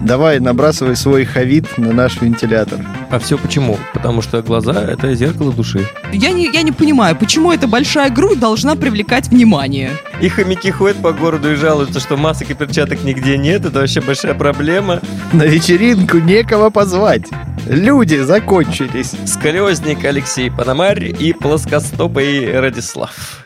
Давай, набрасывай свой хавит на наш вентилятор. А все почему? Потому что глаза — это зеркало души. Я не понимаю, почему эта большая грудь должна привлекать внимание? И хомяки ходят по городу и жалуются, что масок и перчаток нигде нет. Это вообще большая проблема. На вечеринку некого позвать. Люди закончились. Сколёзник Алексей Пономарь и плоскостопый Радислав.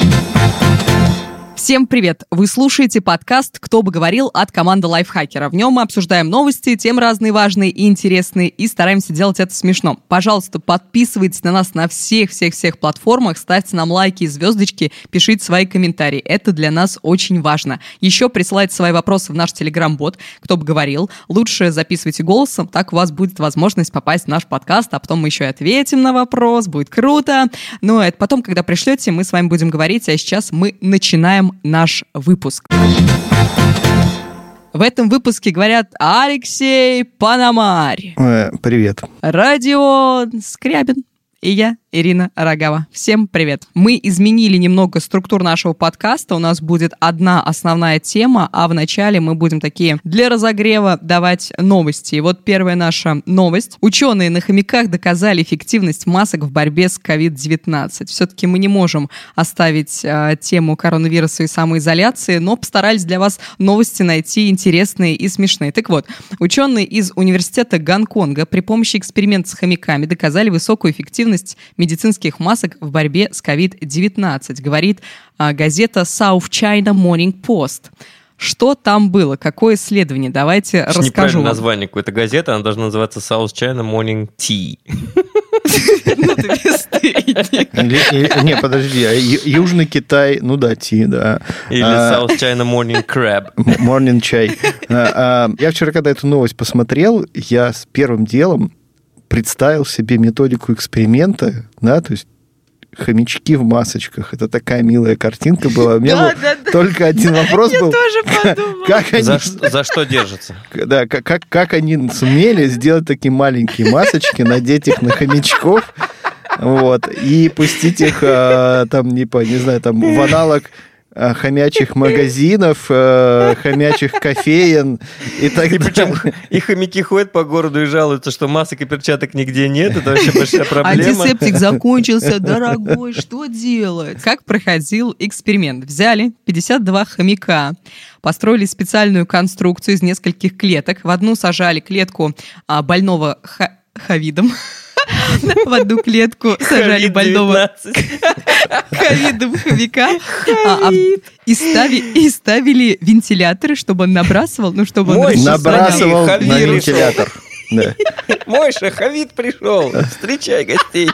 Всем привет! Вы слушаете подкаст «Кто бы говорил» от команды Лайфхакера. В нем мы обсуждаем новости, темы разные важные и интересные, и стараемся делать это смешно. Пожалуйста, подписывайтесь на нас на всех платформах, ставьте нам лайки и звездочки, пишите свои комментарии. Это для нас очень важно. Еще присылайте свои вопросы в наш телеграм-бот «Кто бы говорил». Лучше записывайте голосом, так у вас будет возможность попасть в наш подкаст, а потом мы еще и ответим на вопрос, будет круто. Но это потом, когда пришлете, мы с вами будем говорить, а сейчас мы начинаем наш выпуск. В этом выпуске говорят Алексей Пономарь. Привет. Родион Скрябин. И я, Ирина Рогава. Всем привет. Мы изменили немного структуру нашего подкаста. У нас будет одна основная тема, а в начале мы будем такие для разогрева давать новости. И вот первая наша новость. Ученые на хомяках доказали эффективность масок в борьбе с COVID-19. Все-таки мы не можем оставить тему коронавируса и самоизоляции, но постарались для вас новости найти интересные и смешные. Так вот, ученые из университета Гонконга при помощи эксперимента с хомяками доказали высокую эффективность медицинских масок в борьбе с COVID-19, говорит газета South China Morning Post. Что там было? Какое исследование? Давайте расскажу. Неправильное название какой-то газеты, она должна называться South China Morning Tea. Ну ты бесстыдник. Не, подожди, Южный Китай, ну да, ти, да. Или South China Morning Crab. Morning чай. Я вчера, когда эту новость посмотрел, я с первым делом представил себе методику эксперимента, да, то есть хомячки в масочках. Это такая милая картинка была. У меня только один вопрос был. Я тоже подумала. За что держатся? Да, как они сумели сделать такие маленькие масочки, надеть их на хомячков, вот, и пустить их там, не знаю, там в аналог хомячих магазинов, хомячих кофеен и так далее. Причем и хомяки ходят по городу и жалуются, что масок и перчаток нигде нет. Это вообще большая проблема. Антисептик закончился, дорогой, что делать? Как проходил эксперимент? Взяли 52 хомяка, построили специальную конструкцию из нескольких клеток. В одну сажали клетку больного ковидом. В одну клетку сажали больного ковидом хомяка и ставили вентиляторы, чтобы он набрасывал, набрасывал на вентилятор. Мойша, хавид пришел, встречай гостей.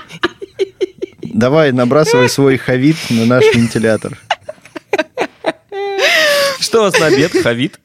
Давай, набрасывай свой хавид на наш вентилятор. Что у вас на обед, хавид?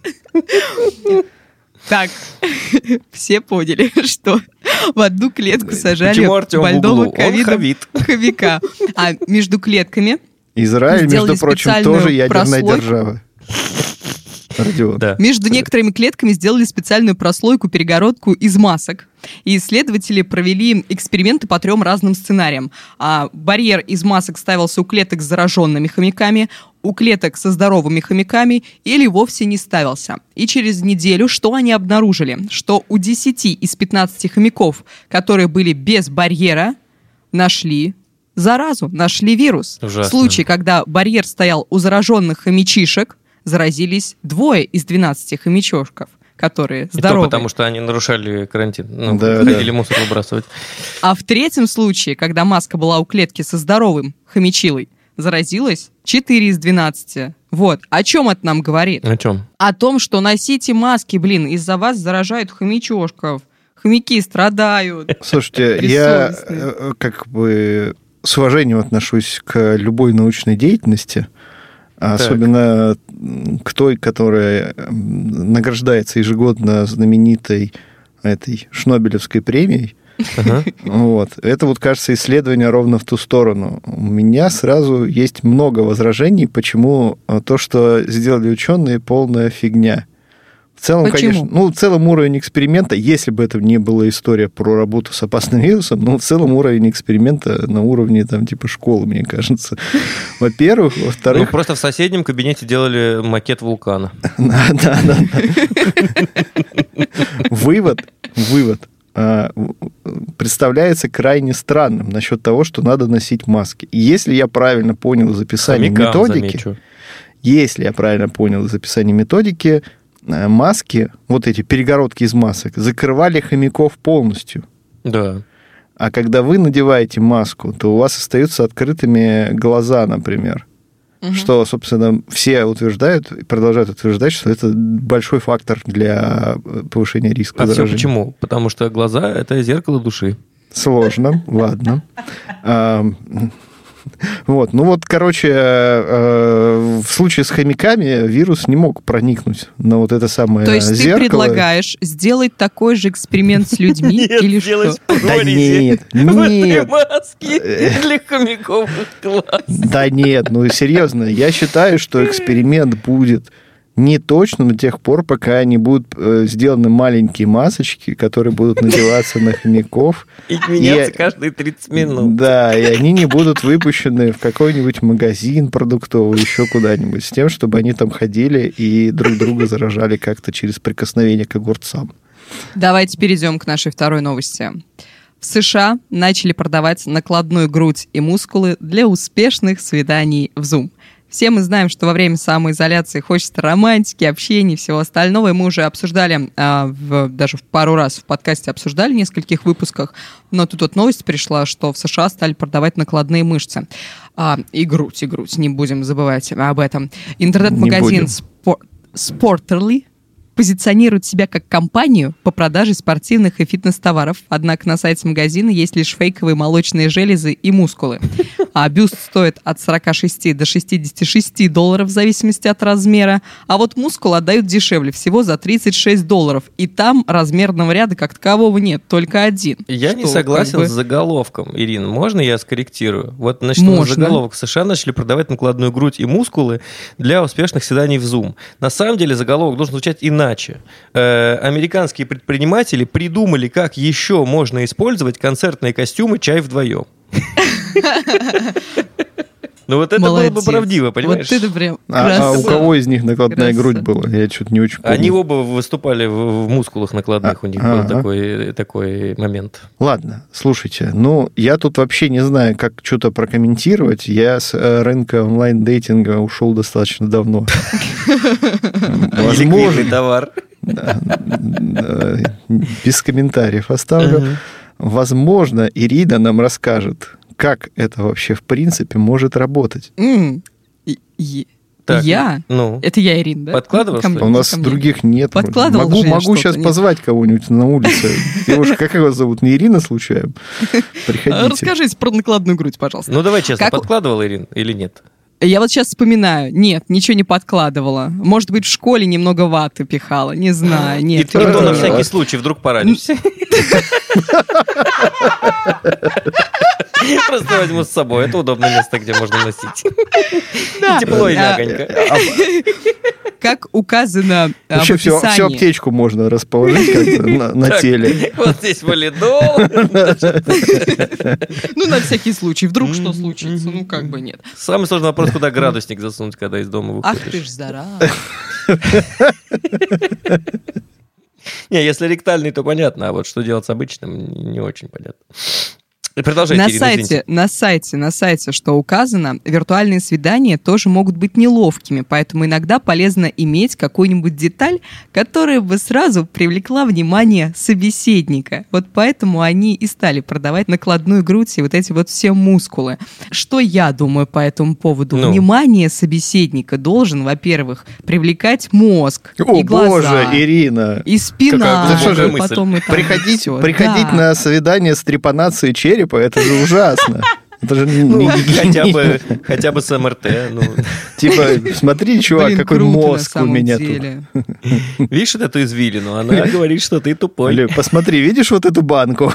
Так, все поняли, что в одну клетку сажали больного ковидом хомяка. А между клетками Израиль, между прочим, тоже ядерная держава. Да. Между некоторыми клетками сделали специальную прослойку, перегородку из масок. И исследователи провели эксперименты по 3 разным сценариям. Барьер из масок ставился у клеток с зараженными хомяками, у клеток со здоровыми хомяками или вовсе не ставился. И через неделю что они обнаружили? Что у 10 из 15 хомяков, которые были без барьера, нашли заразу, нашли вирус. Ужасно. В случае, когда барьер стоял у зараженных хомячишек, заразились 2 из 12 хомячошков, которые здоровые. И то потому, что они нарушали карантин. Или мусор выбрасывать. А в 3-м случае, когда маска была у клетки со здоровым хомячилой, заразилось 4 из 12. Вот. О чем это нам говорит? О чем? О том, что носите маски, из-за вас заражают хомячошков. Хомяки страдают. Слушайте, я как бы с уважением отношусь к любой научной деятельности, особенно к той, которая награждается ежегодно знаменитой этой Шнобелевской премией. Вот. Это вот, кажется, исследование ровно в ту сторону. У меня сразу есть много возражений, почему то, что сделали ученые, полная фигня. В целом, Почему? конечно, в целом уровень эксперимента, если бы это не была история про работу с опасным вирусом, в целом уровень эксперимента на уровне, школы, мне кажется. Во-первых. Во-вторых... просто в соседнем кабинете делали макет вулкана. Да. Вывод представляется крайне странным насчет того, что надо носить маски. И если я правильно понял из описания методики, маски, вот эти перегородки из масок, закрывали хомяков полностью. Да. А когда вы надеваете маску, то у вас остаются открытыми глаза, например. Угу. Что, собственно, все утверждают и продолжают утверждать, что это большой фактор для повышения риска заражения. Все почему? Потому что глаза – это зеркало души. Сложно, ладно. В случае с хомяками вирус не мог проникнуть на вот это самое зеркало. То есть ты предлагаешь сделать такой же эксперимент с людьми или что? Да нет. Маски для хомяковых глаз. Да нет, серьезно, я считаю, что эксперимент будет не точно до тех пор, пока не будут сделаны маленькие масочки, которые будут надеваться на хомяков. И меняться каждые 30 минут. Да, и они не будут выпущены в какой-нибудь магазин продуктовый, еще куда-нибудь, с тем, чтобы они там ходили и друг друга заражали как-то через прикосновение к огурцам. Давайте перейдем к нашей второй новости. В США начали продавать накладную грудь и мускулы для успешных свиданий в Zoom. Все мы знаем, что во время самоизоляции хочется романтики, общения и всего остального. И мы уже обсуждали, даже пару раз в подкасте обсуждали в нескольких выпусках, но тут вот новость пришла, что в США стали продавать накладные мышцы. И грудь, не будем забывать об этом. Интернет-магазин Sporterly позиционирует себя как компанию по продаже спортивных и фитнес-товаров. Однако на сайте магазина есть лишь фейковые молочные железы и мускулы. А бюст стоит от 46 до $66 в зависимости от размера. А вот мускул отдают дешевле, всего за $36. И там размерного ряда как такового нет, только один. Я не согласен с заголовком, Ирина. Можно я скорректирую? Вот, заголовок: в США начали продавать накладную грудь и мускулы для успешных свиданий в Zoom. На самом деле заголовок должен звучать иначе. Американские предприниматели придумали, как еще можно использовать концертные костюмы «Чай вдвоем». Это было бы правдиво, понимаешь? Вот это прям а у кого из них накладная грудь была? Я что-то не очень помню. Они оба выступали в мускулах накладных, у них был такой момент. Ладно, слушайте, я тут вообще не знаю, как что-то прокомментировать. Я с рынка онлайн-дейтинга ушел достаточно давно. Возможно, товар. Без комментариев оставлю. Возможно, Ирина нам расскажет, как это вообще в принципе может работать. Так, я? Это я, Ирина, да? Подкладывал? У нас других нет. Могу сейчас позвать кого-нибудь на улице. Девушка, как вас зовут? Не Ирина случайно? Приходите. Расскажите про накладную грудь, пожалуйста. Давай честно, подкладывала, Ирина, или нет? Я вот сейчас вспоминаю. Нет, ничего не подкладывала. Может быть, в школе немного ваты пихала. Не знаю. Нет. И то на всякий случай, вдруг поранюсь. Просто возьму с собой. Это удобное место, где можно носить. Тепло и мягонько. Как указано в описании. Всю аптечку можно расположить как-то на теле. Вот здесь валидол. На всякий случай. Вдруг что случится? Как бы нет. Самый сложный вопрос, куда градусник засунуть, когда из дома выходишь. Ах ты ж зараза. Не, если ректальный, то понятно, а вот что делать с обычным, не очень понятно. Продолжайте, Ирина, на сайте, что указано, виртуальные свидания тоже могут быть неловкими, поэтому иногда полезно иметь какую-нибудь деталь, которая бы сразу привлекла внимание собеседника. Вот поэтому они и стали продавать накладную грудь и вот эти вот все мускулы. Что я думаю по этому поводу? Внимание собеседника должен, во-первых, привлекать мозг и глаза. О, боже, Ирина! И спина. Приходить на свидание с трепанацией черепа, это же ужасно. Это же хотя бы с МРТ. Смотри, чувак, какой мозг у меня тут. Видишь эту извилину? Она говорит, что ты тупой. Посмотри, видишь вот эту банку?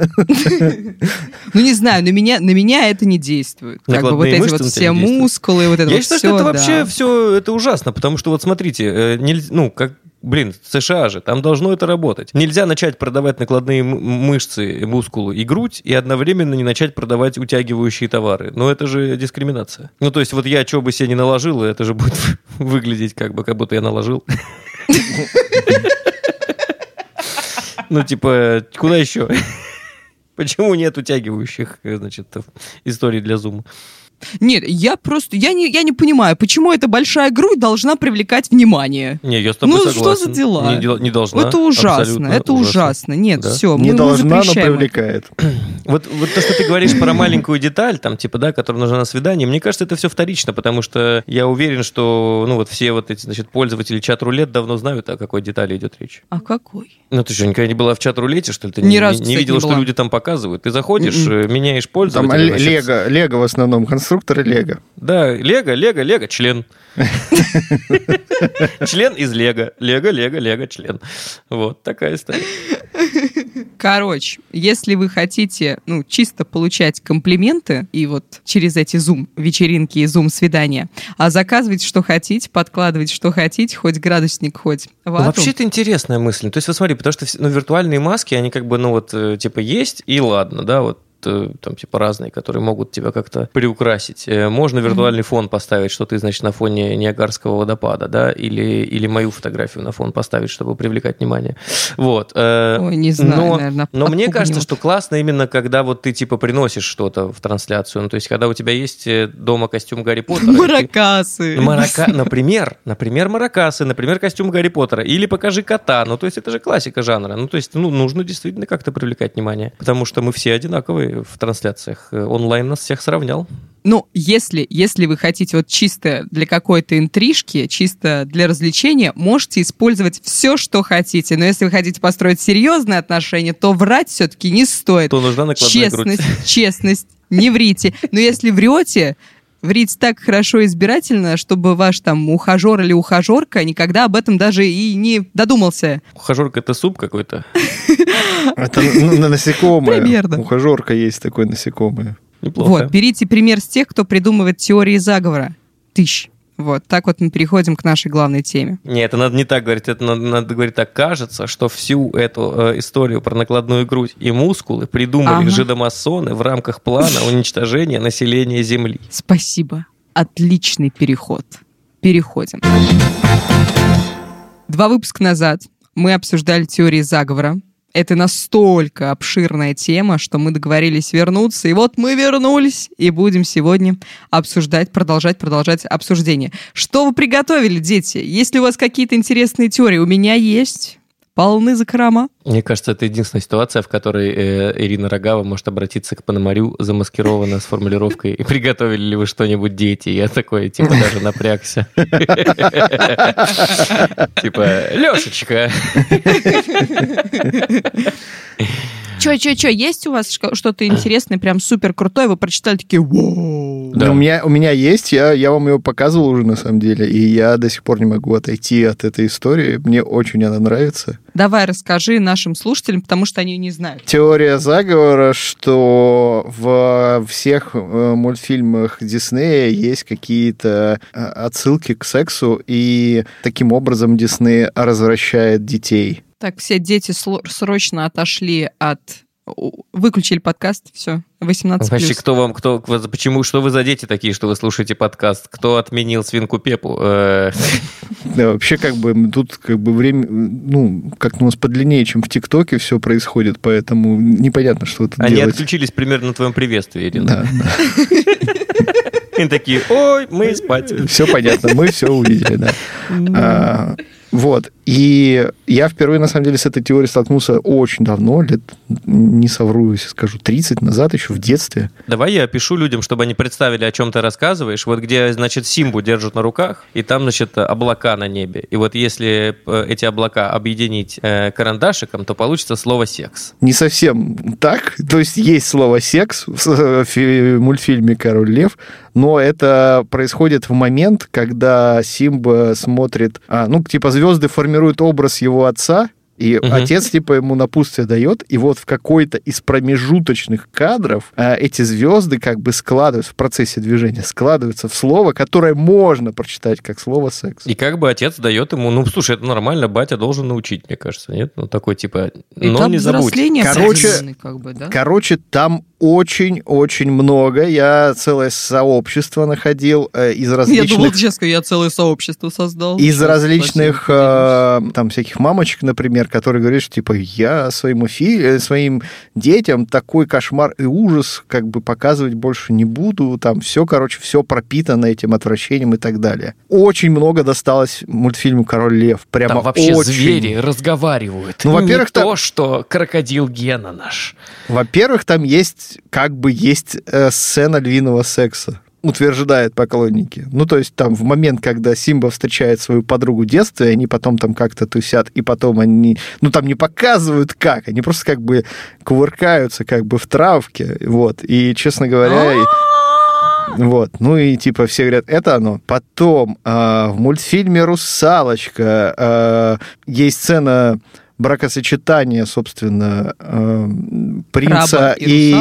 Не знаю, на меня это не действует. Вот эти вот все мускулы, вот это вот все. Я считаю, что это вообще все это ужасно, потому что вот смотрите, блин, США же, там должно это работать. Нельзя начать продавать накладные мышцы, мускулы и грудь, и одновременно не начать продавать утягивающие товары. Но это же дискриминация. Ну, то есть, вот я что бы себе не наложил, это же будет выглядеть как будто я наложил. Ну, типа, куда еще? Почему нет утягивающих, значит, историй для зума? Нет, я не понимаю, почему эта большая грудь должна привлекать внимание. Не, я с тобой согласен. Ну, что за дела? Не должна. Это ужасно. Нет, да. все, не должна, но привлекает. Вот то, что ты говоришь про маленькую деталь, там, типа, да, которая нужна на свидании, мне кажется, это все вторично, потому что я уверен, что, ну, вот все вот эти, значит, пользователи чат-рулет давно знают, о какой детали идет речь. А какой? Ну, ты что, никогда не была в чат-рулете, что ли? Ты Ни разу, не видела, что люди там показывают? Ты заходишь, меняешь Там пользователя. Лего в основном, конструкторы Лего. Да, Лего, член. Член из Лего. Лего, член. Вот такая история. Короче, если вы хотите, ну, чисто получать комплименты и вот через эти Zoom-вечеринки и Zoom-свидания, заказывайте, что хотите, подкладывайте, что хотите, хоть градусник, хоть вату. Вообще, это интересная мысль. То есть, вот смотри, потому что виртуальные маски, они как бы, ну, вот, типа, есть, и ладно, да, вот, там, типа, разные, которые могут тебя как-то приукрасить. Можно виртуальный фон поставить, что ты, значит, на фоне Ниагарского водопада, да, или мою фотографию на фон поставить, чтобы привлекать внимание. Вот. Ой, не знаю, наверное. Но мне кажется, что классно именно, когда вот ты, типа, приносишь что-то в трансляцию. Ну, то есть, когда у тебя есть дома костюм Гарри Поттера. Маракасы. Например, маракасы, например, костюм Гарри Поттера. Или покажи кота. Ну, то есть, это же классика жанра. Ну, то есть, ну, нужно действительно как-то привлекать внимание. Потому что мы все одинаковые в трансляциях. Онлайн нас всех сравнял. Ну, если вы хотите вот чисто для какой-то интрижки, чисто для развлечения, можете использовать все, что хотите. Но если вы хотите построить серьезные отношения, то врать все-таки не стоит. То нужна накладная грудь. Честность, не врите. Но если врете так хорошо и избирательно, чтобы ваш там ухажер или ухажерка никогда об этом даже и не додумался. Ухажерка — это суп какой-то? Это насекомое. Примерно. Ухажерка есть такое насекомое. Неплохо. Вот, берите пример с тех, кто придумывает теории заговора. Вот, так вот мы переходим к нашей главной теме. Нет, это надо не так говорить, это надо говорить так. Кажется, что всю эту историю про накладную грудь и мускулы придумали жидомасоны в рамках плана уничтожения населения Земли. Спасибо. Отличный переход. Переходим. 2 выпуска назад мы обсуждали теории заговора. Это настолько обширная тема, что мы договорились вернуться. И вот мы вернулись и будем сегодня продолжать обсуждение. Что вы приготовили, дети? Есть ли у вас какие-то интересные теории? У меня есть. Полны закрома. Мне кажется, это единственная ситуация, в которой Ирина Рогава может обратиться к Пономарю замаскированно с формулировкой «И приготовили ли вы что-нибудь, дети?» Я такой, типа, даже напрягся. Типа, Лешечка. Че, есть у вас что-то интересное, прям супер крутое? Вы прочитали, такие, воу. Да. У меня есть, я вам его показывал уже, на самом деле, и я до сих пор не могу отойти от этой истории. Мне очень она нравится. Давай расскажи нашим слушателям, потому что они не знают. Теория заговора, что во всех мультфильмах Диснея есть какие-то отсылки к сексу, и таким образом Дисней развращает детей. Так, все дети срочно отошли выключили подкаст, все, 18+. Вообще, почему, что вы за дети такие, что вы слушаете подкаст? Кто отменил свинку Пеппу? Да, вообще, тут время, как-то у нас подлиннее, чем в ТикТоке все происходит, поэтому непонятно, что это делать. Они отключились примерно на твоем приветствии, Ирина. Да. Они такие, ой, мы спать. Все понятно, мы все увидели, да. Вот. И я впервые, на самом деле, с этой теорией столкнулся очень давно, лет, не совру, если скажу, 30 назад, еще в детстве. Давай я опишу людям, чтобы они представили, о чем ты рассказываешь. Вот где, значит, Симбу держат на руках, и там, значит, облака на небе. И вот если эти облака объединить карандашиком, то получится слово «секс». Не совсем так. То есть слово «секс» в мультфильме «Король Лев», но это происходит в момент, когда Симба смотрит... звезды формируют образ его отца, И отец, типа, ему напутствие дает, и вот в какой-то из промежуточных кадров эти звезды как бы складываются в процессе движения, складываются в слово, которое можно прочитать как слово «секс». И как бы отец дает ему, ну, слушай, это нормально, батя должен научить, мне кажется, нет? Ну, такой, типа, но не забудь. Короче, там очень-очень много. Я целое сообщество находил из различных... Я думал, честно, я целое сообщество создал. Из различных там всяких мамочек, например, которые говорят, что типа я своим детям такой кошмар и ужас как бы показывать больше не буду. Там все, короче, все пропитано этим отвращением и так далее. Очень много досталось мультфильму «Король лев». Прямо там вообще очень... звери разговаривают. Ну, во-первых, не то, что крокодил Гена наш. Во-первых, там есть сцена львиного секса, утверждают поклонники. Ну, то есть там в момент, когда Симба встречает свою подругу детства, и они потом там как-то тусят, и потом они... Ну, там не показывают как, они просто как бы кувыркаются как бы в травке, вот. И, честно говоря... Вот, ну и типа все говорят, это оно. Потом в мультфильме «Русалочка» есть сцена бракосочетания, собственно, принца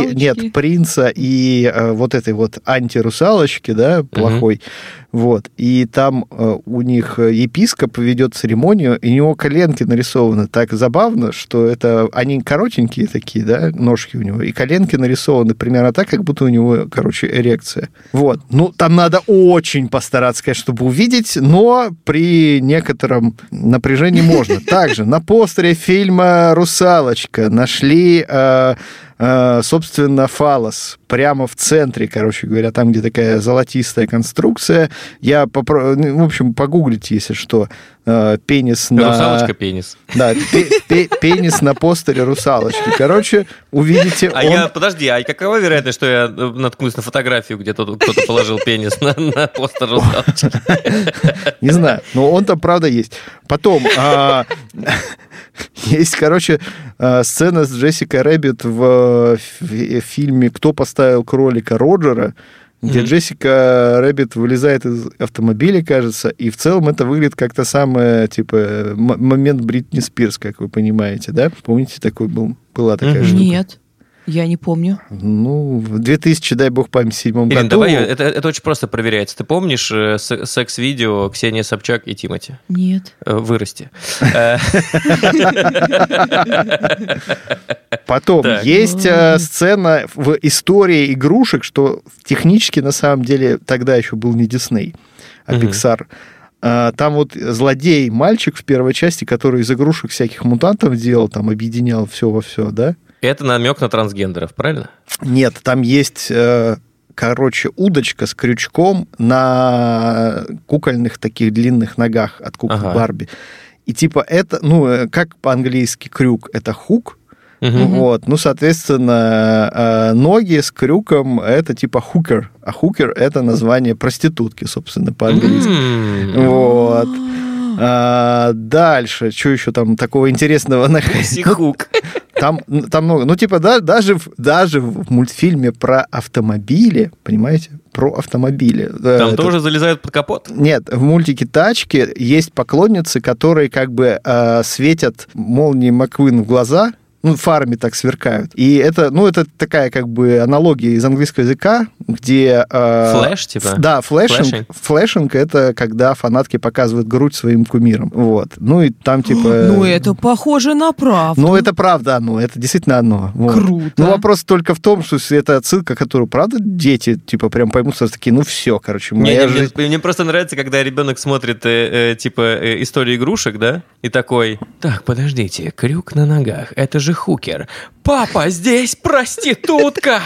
и вот этой вот антирусалочки, да, плохой. Вот. И там у них епископ ведет церемонию, и у него коленки нарисованы так забавно, что это они коротенькие такие, да, ножки у него, и коленки нарисованы примерно так, как будто у него, короче, эрекция. Вот. Ну, там надо очень постараться, конечно, чтобы увидеть, но при некотором напряжении можно. Также на постере фильма «Русалочка» нашли... собственно, фаллос прямо в центре, короче говоря, там, где такая золотистая конструкция. В общем, погуглите, если что. Пенис на... Русалочка пенис. Да, пенис на постере русалочки. Короче, увидите... Подожди, а какова вероятность, что я наткнусь на фотографию, где кто-то положил пенис на постер русалочки? Не знаю, но он там, правда, есть. Потом... Есть, короче, сцена с Джессикой Рэббит в фильме «Кто поставил кролика» Роджера, где Джессика Рэббит вылезает из автомобиля, кажется, и в целом это выглядит как-то самое, типа, момент Бритни Спирс, как вы понимаете, да? Помните, была такая штука? Нет. Я не помню. Ну, в 2000, дай бог память, 2007 году... давай, это очень просто проверяется. Ты помнишь секс-видео Ксения Собчак и Тимати? Нет. Вырасти. Потом есть сцена в истории игрушек, что технически, на самом деле, тогда еще был не Дисней, а Pixar. Там вот злодей, мальчик в первой части, который из игрушек всяких мутантов делал, там объединял все во все, да? Это намек на трансгендеров, правильно? Нет, там есть, короче, удочка с крючком на кукольных таких длинных ногах от кукол Барби. И типа это, ну, как по-английски крюк, это хук. Вот, ну, соответственно, ноги с крюком это типа хукер, а хукер это название проститутки, собственно, по-английски. Вот. Дальше, что еще там такого интересного находить? Хук. Там много. Ну, типа, даже в мультфильме про автомобили, понимаете, про автомобили. Там тоже залезают под капот? Нет, в мультике «Тачки» есть поклонницы, которые как бы светят молнии Маккуин в глаза, ну, фарами так сверкают. И это, ну, это такая как бы аналогия из английского языка, где... Флэш, типа? Да, флэшинг — это когда фанатки показывают грудь своим кумирам. Вот. Ну, и там, типа... Ну, это похоже на правду. Ну, это правда оно, это действительно оно. Вот. Круто. Но вопрос только в том, что если это отсылка, которую, правда, дети, типа, прям поймут, сразу такие, ну, все, короче, моя жизнь... Мне просто нравится, когда ребенок смотрит, типа, историю игрушек, да, и такой, так, подождите, крюк на ногах, это же хукер. Папа, здесь проститутка!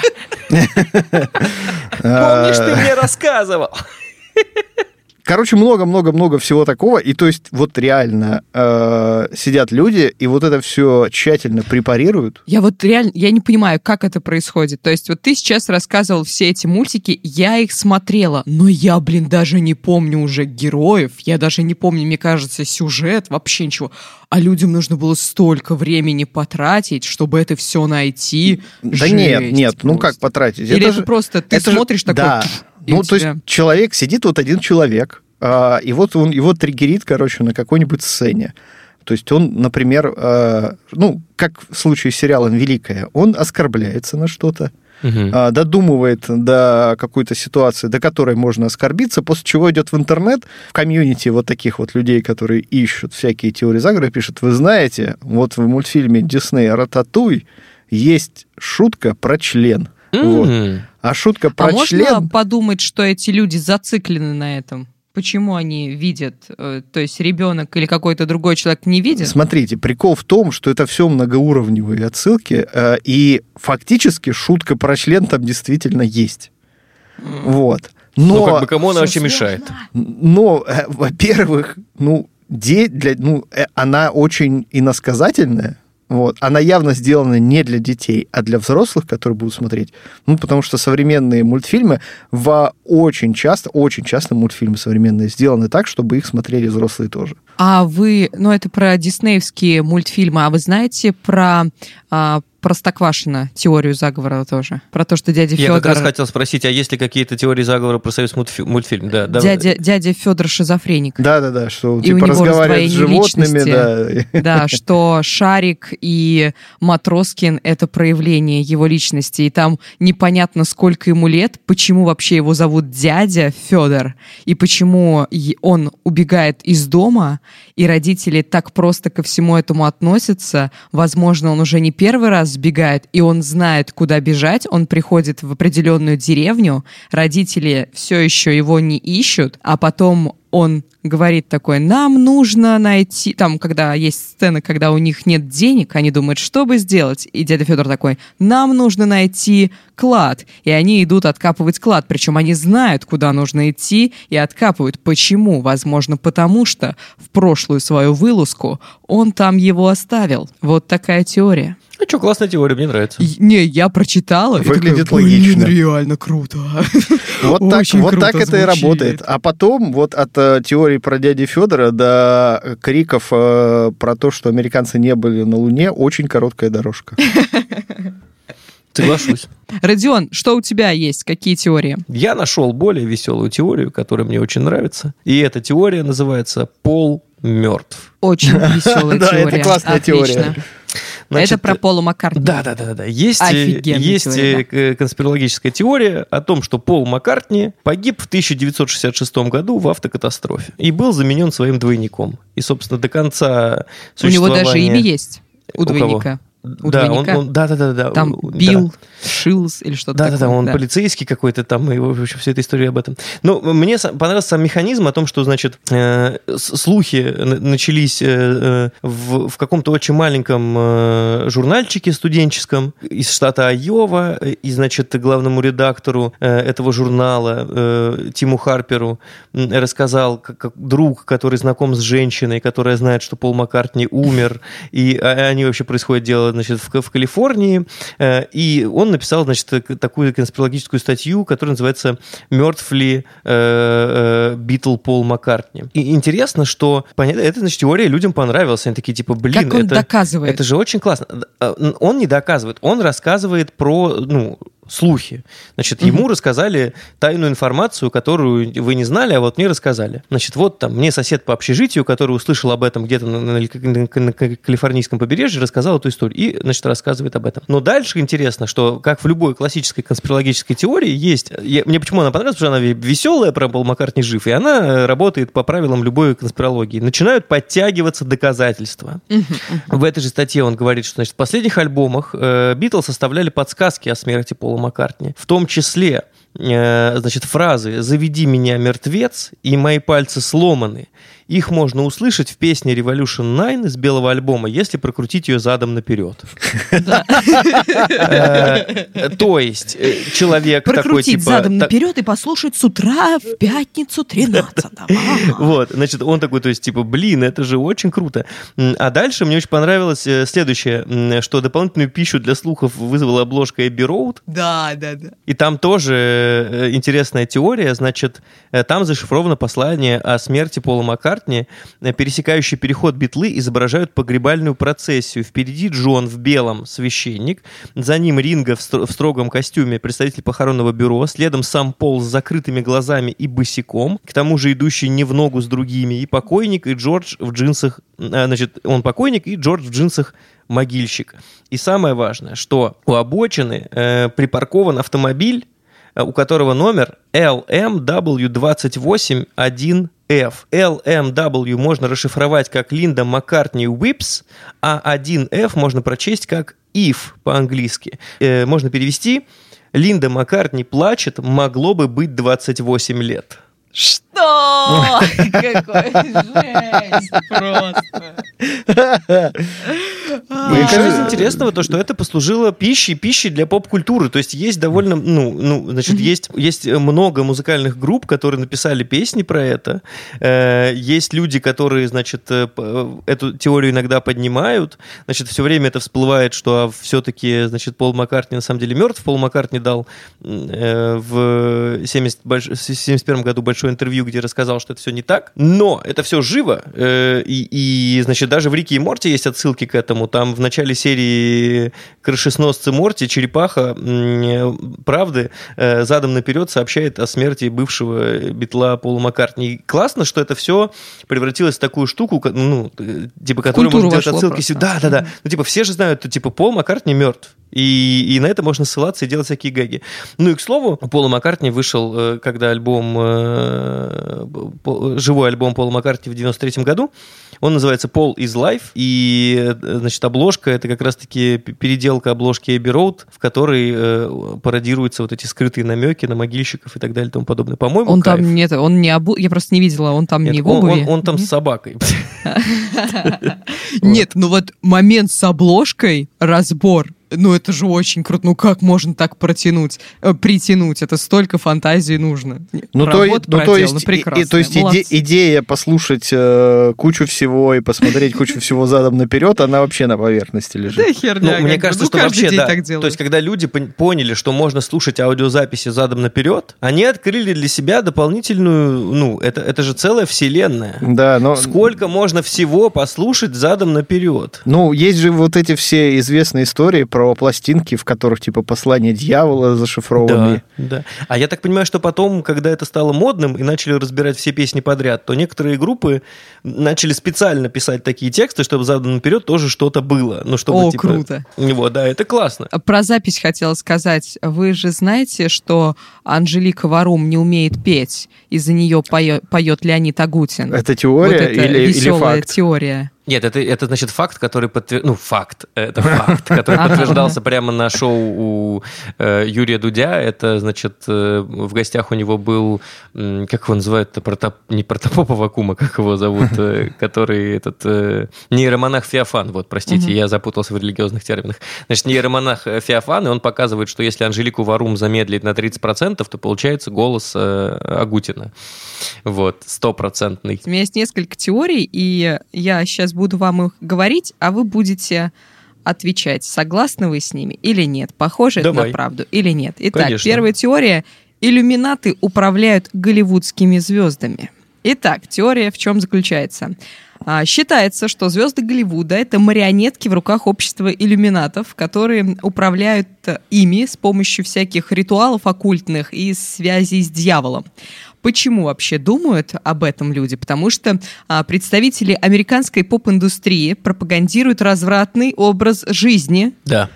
Помнишь, ты мне рассказывал? Короче, много-много-много всего такого. И то есть вот реально сидят люди, и вот это все тщательно препарируют. Я вот реально, я не понимаю, как это происходит. То есть вот ты сейчас рассказывал все эти мультики, я их смотрела, но я, даже не помню уже героев, я даже не помню, мне кажется, сюжет, вообще ничего. А людям нужно было столько времени потратить, чтобы это все найти. Да нет, ну как потратить? Или это просто ты смотришь такой... Да. Ну, то есть человек, сидит вот один человек, и вот он его триггерит, короче, на какой-нибудь сцене. То есть он, например, как в случае с сериалом «Великая», он оскорбляется на что-то, додумывает до какой-то ситуации, до которой можно оскорбиться, после чего идет в интернет, в комьюнити вот таких вот людей, которые ищут всякие теории заговора, пишут: вы знаете, вот в мультфильме Диснея «Рататуй» есть шутка про член. Вот. А шутка про член... можно подумать, что эти люди зациклены на этом? Почему они видят, то есть ребенок или какой-то другой человек не видит? Смотрите, прикол в том, что это все многоуровневые отсылки, и фактически шутка про член там действительно есть. Вот. Но кому она вообще мешает? Но, во-первых, она очень иносказательная. Вот. Она явно сделана не для детей, а для взрослых, которые будут смотреть. Потому что современные мультфильмы очень часто мультфильмы современные сделаны так, чтобы их смотрели взрослые тоже. А вы, это про диснеевские мультфильмы, а вы знаете про Простоквашино теорию заговора тоже? Про то, что дядя Федор... Я как раз хотел спросить, а есть ли какие-то теории заговора про советский мультфильм? Да, дядя Федор шизофреник. Да, что типа разговаривает с животными. Да, что Шарик и Матроскин — это проявление его личности, и там непонятно, сколько ему лет, почему вообще его зовут дядя Федор, и почему он убегает из дома, и родители так просто ко всему этому относятся. Возможно, он уже не первый раз сбегает, и он знает, куда бежать, он приходит в определенную деревню, родители все еще его не ищут, а потом он говорит такой: нам нужно найти... Там, когда есть сцена, когда у них нет денег, они думают, что бы сделать. И дядя Федор такой: нам нужно найти клад. И они идут откапывать клад. Причем они знают, куда нужно идти, и откапывают. Почему? Возможно, потому что в прошлую свою вылазку он там его оставил. Вот такая теория. Ну что, классная теория, мне нравится. Я прочитала. Выглядит логично. Реально круто. Вот так это и работает. А потом вот от теории про дядю Федора до криков про то, что американцы не были на Луне, очень короткая дорожка. Соглашусь. Родион, что у тебя есть? Какие теории? Я нашел более веселую теорию, которая мне очень нравится. И эта теория называется «Пол мертв». Очень веселая теория. Да, это классная теория. Значит, это про Пола Маккартни. Да. Есть конспирологическая теория о том, что Пол Маккартни погиб в 1966 году в автокатастрофе и был заменен своим двойником. И, собственно, до конца существования... У него даже имя есть, у двойника. Да. Там Билл Шилс или что-то такое. Да, он полицейский какой-то там, и, в общем, вся эта история об этом. Но мне понравился сам механизм о том, что, значит, слухи начались в каком-то очень маленьком журнальчике студенческом из штата Айова, и, значит, главному редактору этого журнала Тиму Харперу рассказал как друг, который знаком с женщиной, которая знает, что Пол Маккартни умер, и они вообще происходит дело, значит, в Калифорнии, и он написал, значит, такую конспирологическую статью, которая называется «Мертв ли Битл Пол Маккартни?». И интересно, что эта, значит, теория людям понравилась. Они такие, типа, блин, как он доказывает? Это же очень классно. Он не доказывает, он рассказывает про, слухи. Значит, ему рассказали тайную информацию, которую вы не знали, а вот мне рассказали. Значит, вот там мне сосед по общежитию, который услышал об этом где-то на калифорнийском побережье, рассказал эту историю и, значит, рассказывает об этом. Но дальше интересно, что, как в любой классической конспирологической теории, есть... Мне почему она понравилась? Потому что она веселая, про Пол Маккартни жив, и она работает по правилам любой конспирологии. Начинают подтягиваться доказательства. В этой же статье он говорит, что, значит, в последних альбомах Битлз составляли подсказки о смерти Пола Маккартни. В том числе, значит, фразы «Заведи меня, мертвец» и «Мои пальцы сломаны». Их можно услышать в песне Revolution 9 из белого альбома, если прокрутить ее задом наперед. То есть человек такой, типа... Прокрутить задом наперед и послушать с утра в пятницу 13-го. Вот, значит, он такой, то есть, типа, блин, это же очень круто. А дальше мне очень понравилось следующее, что дополнительную пищу для слухов вызвала обложка Эбби Роуд. Да. И там тоже интересная теория, значит, там зашифровано послание о смерти Пола Маккартни Маккартни, пересекающий переход Битлы, изображают погребальную процессию. Впереди Джон в белом, священник, за ним Ринго в строгом костюме, представитель похоронного бюро, следом сам Пол с закрытыми глазами и босиком, к тому же идущий не в ногу с другими, и покойник, и Джордж в джинсах, значит, он покойник, и Джордж в джинсах могильщик. И самое важное, что у обочины припаркован автомобиль, у которого номер LMW281F. LMW можно расшифровать как Линда Маккартни Whips, а 1F можно прочесть как If по-английски. Можно перевести: Линда Маккартни плачет, могло бы быть 28 лет. Что? Какой жесть просто. И что из интересного, то, что это послужило пищей для поп-культуры. То есть есть довольно, есть много музыкальных групп, которые написали песни про это. Есть люди, которые, значит, эту теорию иногда поднимают. Значит, все время это всплывает, что все-таки, значит, Пол Маккартни на самом деле мертв. Пол Маккартни дал в 1971 году большое интервью, где рассказал, что это все не так. Но это все живо. И, значит, даже в Рике и Морти есть отсылки к этому. Там в начале серии «Крышесносцы Морти» черепаха правды задом наперед сообщает о смерти бывшего Битла Пола Маккартни. И классно, что это все превратилось в такую штуку, типа, которая может делать отсылки сюда. Да. Ну, типа, все же знают, что, типа, Пол Маккартни мертв. И на это можно ссылаться и делать всякие гэги. Ну и, к слову, у Пола Маккартни вышел, когда живой альбом Пола Маккартни в 93-м году. Он называется «Paul is Life». И, значит, обложка — это как раз-таки переделка обложки Abbey Road, в которой пародируются вот эти скрытые намеки на могильщиков и так далее и тому подобное. По-моему, он кайф. Там нет, он не я просто не видела, он там нет, не в обуви. Он там с собакой. Нет, ну вот момент с обложкой, разбор, ну это же очень круто. Ну как можно так притянуть? Это столько фантазии нужно. То есть идея послушать кучу всего и посмотреть кучу всего задом наперед, она вообще на поверхности лежит. Да херня. Мне кажется, что вообще, да. То есть, когда люди поняли, что можно слушать аудиозаписи задом наперед, они открыли для себя дополнительную, это же целая вселенная. Да, но... Сколько можно всего послушать задом наперед? Ну, есть же вот эти все известные истории про пластинки, в которых, типа, послания дьявола зашифрованы. Да. А я так понимаю, что потом, когда это стало модным и начали разбирать все песни подряд, то некоторые группы начали специально писать такие тексты, чтобы задом наперед тоже что-то было. Ну, чтобы, круто. Вот, да, это классно. Про запись хотела сказать. Вы же знаете, что Анжелика Варум не умеет петь, из-за нее поет Леонид Агутин? Это теория вот это или факт? Теория. Нет, это значит факт, который факт, который подтверждался прямо на шоу у Юрия Дудя. Это, значит, в гостях у него был, как его называют, не Протопопов Акума, как его зовут, который нейромонах Феофан. Вот, простите, я запутался в религиозных терминах. Значит, нейромонах Феофан, и он показывает, что если Анжелику Варум замедлить на 30%, то получается голос Агутина. Вот, 100%. У меня есть несколько теорий, и я сейчас буду вам их говорить, а вы будете отвечать, согласны вы с ними или нет, похоже это на правду или нет. Итак, Конечно. Первая теория. Иллюминаты управляют голливудскими звездами. Итак, теория в чем заключается? Считается, что звезды Голливуда — это марионетки в руках общества иллюминатов, которые управляют ими с помощью всяких ритуалов оккультных и связей с дьяволом. Почему вообще думают об этом люди? Потому что представители американской поп-индустрии пропагандируют развратный образ жизни,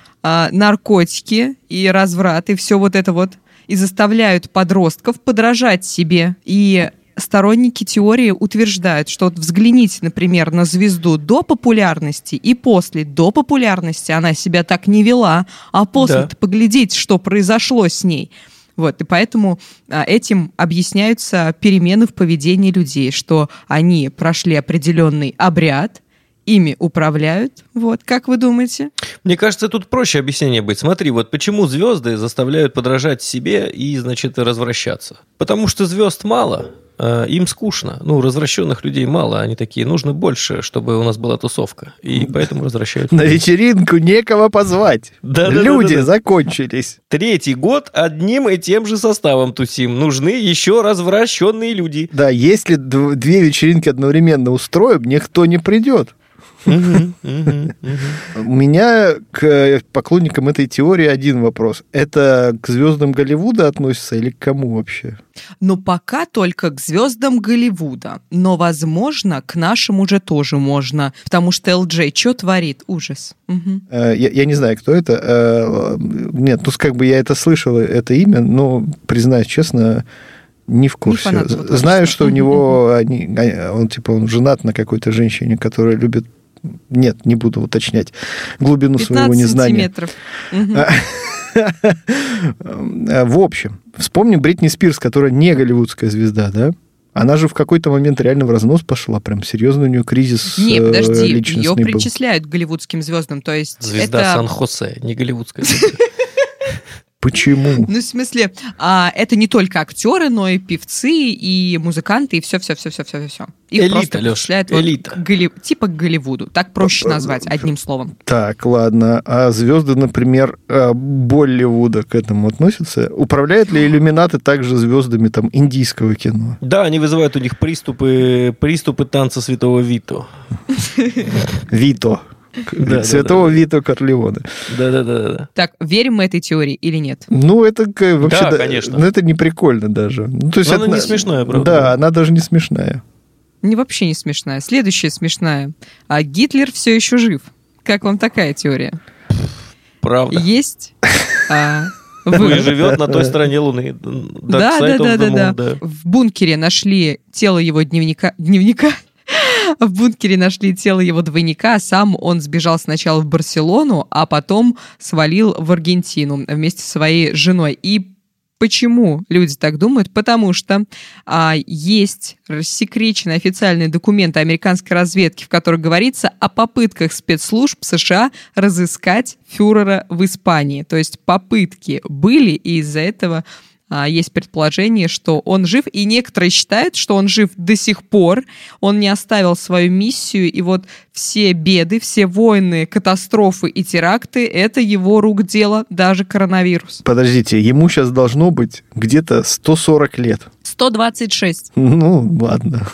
наркотики и разврат, и все вот это вот, и заставляют подростков подражать себе. И сторонники теории утверждают, что вот взгляните, например, на звезду до популярности и после. До популярности она себя так не вела, а после-то поглядите, что произошло с ней. Вот, и поэтому этим объясняются перемены в поведении людей, что они прошли определенный обряд, ими управляют. Вот, как вы думаете? Мне кажется, тут проще объяснение быть. Смотри, вот почему звезды заставляют подражать себе и, значит, развращаться. Потому что звезд мало. им скучно. Ну, развращенных людей мало, они такие, нужно больше, чтобы у нас была тусовка. И поэтому развращают. На вечеринку некого позвать. Люди закончились. 3-й год одним и тем же составом тусим. Нужны еще развращенные люди. Да, если 2 вечеринки одновременно устроим, никто не придет. У меня к поклонникам этой теории один вопрос. Это к звездам Голливуда относится или к кому вообще? Ну, пока только к звездам Голливуда. Но, возможно, к нашим уже тоже можно. Потому что LJ что творит? Ужас. Я не знаю, кто это. Нет, ну, как бы я это слышал, это имя, но, признаюсь честно, не в курсе. Знаю, что у него он женат на какой-то женщине, которая любит. Нет, не буду уточнять глубину своего незнания. 15 сантиметров. В общем, вспомним Бритни Спирс, которая не голливудская звезда, да? Она же в какой-то момент реально в разнос пошла, прям серьезный у нее кризис личностный был. Не, подожди, ее причисляют к голливудским звездам, то есть звезда это... Сан-Хосе, не голливудская звезда. Почему? Ну, в смысле, это не только актеры, но и певцы, и музыканты, и все. Их элита, Леша, элита. Типа к Голливуду. Так проще назвать, одним словом. Так, ладно. А звезды, например, Болливуда к этому относятся? Управляют ли иллюминаты также звездами там индийского кино? Да, они вызывают у них приступы танца святого Вито. Вито. Святого Вито Корлеоне. Да. Так, верим мы этой теории или нет? Ну, это вообще... Да, конечно. Ну, это не прикольно даже. Ну, то есть она не смешная, правда? Да, она даже не смешная. Вообще не смешная. Следующая смешная. А Гитлер все еще жив. Как вам такая теория? Правда. Есть... И живет на той стороне Луны. Да. В бункере нашли тело его дневника. В бункере нашли тело его двойника, сам он сбежал сначала в Барселону, а потом свалил в Аргентину вместе со своей женой. И почему люди так думают? Потому что есть рассекреченные официальные документы американской разведки, в которых говорится о попытках спецслужб США разыскать фюрера в Испании. То есть попытки были, и из-за этого... Есть предположение, что он жив, и некоторые считают, что он жив до сих пор, он не оставил свою миссию, и вот все беды, все войны, катастрофы и теракты — это его рук дело, даже коронавирус. Подождите, ему сейчас должно быть где-то 140 лет. 126. Ну, ладно.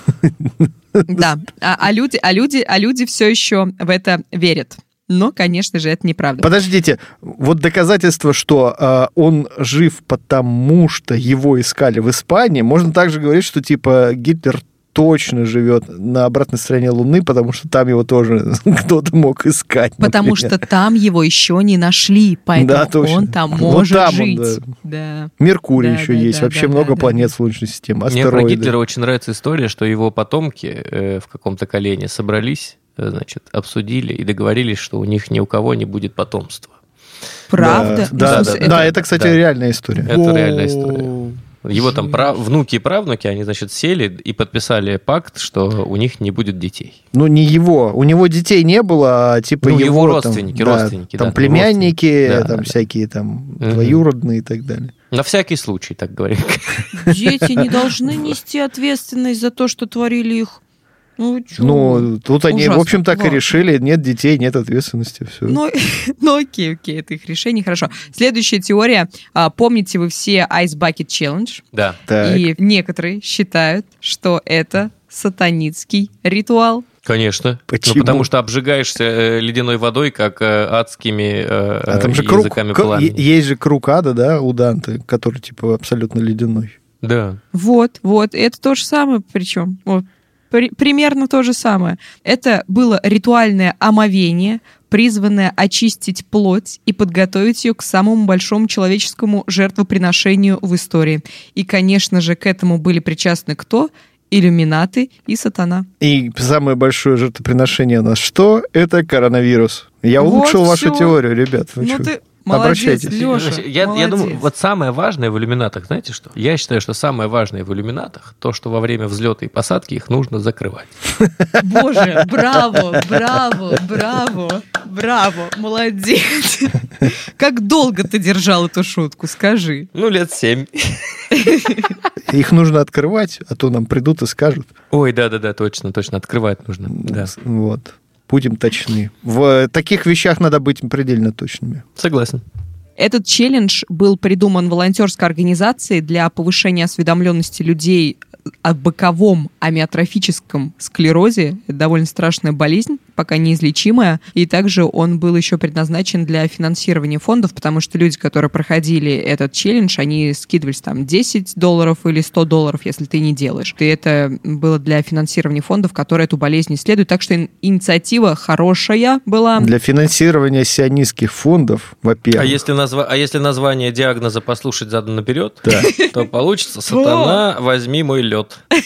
Да, а люди все еще в это верят. Но, конечно же, это неправда. Подождите, вот доказательство, что он жив потому, что его искали в Испании, можно также говорить, что типа Гитлер точно живет на обратной стороне Луны, потому что там его тоже кто-то мог искать. Потому что там его еще не нашли, поэтому он там может жить. Да. Меркурий еще есть, вообще много планет Солнечной системы, астероиды. Мне про Гитлера очень нравится история, что его потомки в каком-то колене собрались, значит, обсудили и договорились, что у них ни у кого не будет потомства. Правда? Да, это, кстати, реальная история. Это реальная история. Его там внуки и правнуки, они, значит, сели и подписали пакт, что у них не будет детей. Ну, не его. У него детей не было, а типа его родственники. Там племянники, там всякие там двоюродные и так далее. На всякий случай, так говорят. Дети не должны нести ответственность за то, что творили их. Ну, тут они, в общем, так и решили. Нет детей, нет ответственности. Все. Ну, окей, это их решение, хорошо. Следующая теория. Помните вы все Ice Bucket Challenge? Да. И некоторые считают, что это сатанинский ритуал. Конечно. Почему? Ну, потому что обжигаешься ледяной водой, как адскими там же языками пламени. Есть же круг ада, да, у Данте, который типа абсолютно ледяной. Да. Вот. Это то же самое причем. Вот. Примерно то же самое. Это было ритуальное омовение, призванное очистить плоть и подготовить ее к самому большому человеческому жертвоприношению в истории. И, конечно же, к этому были причастны кто? Иллюминаты и сатана. И самое большое жертвоприношение у нас что? Это коронавирус. Я улучшил вашу теорию, ребят. Молодец, Обращайтесь. Леша, Я думаю, вот самое важное в иллюминатах, знаете что? Я считаю, что самое важное в иллюминатах то, что во время взлета и посадки их нужно закрывать. Боже, браво, молодец. Как долго ты держал эту шутку, скажи? Лет 7. Их нужно открывать, а то нам придут и скажут. Ой, да, точно, открывать нужно. Да. Вот. Будем точны. В таких вещах надо быть предельно точными. Согласен. Этот челлендж был придуман волонтерской организацией для повышения осведомленности людей о боковом амиотрофическом склерозе. Это довольно страшная болезнь, пока неизлечимая. И также он был еще предназначен для финансирования фондов, потому что люди, которые проходили этот челлендж, они скидывались там $10 или $100, если ты не делаешь. И это было для финансирования фондов, которые эту болезнь исследуют. Так что инициатива хорошая была. Для финансирования сионистских фондов, во-первых. А если название диагноза послушать задом наперед, да, то получится «Сатана, возьми мой лед».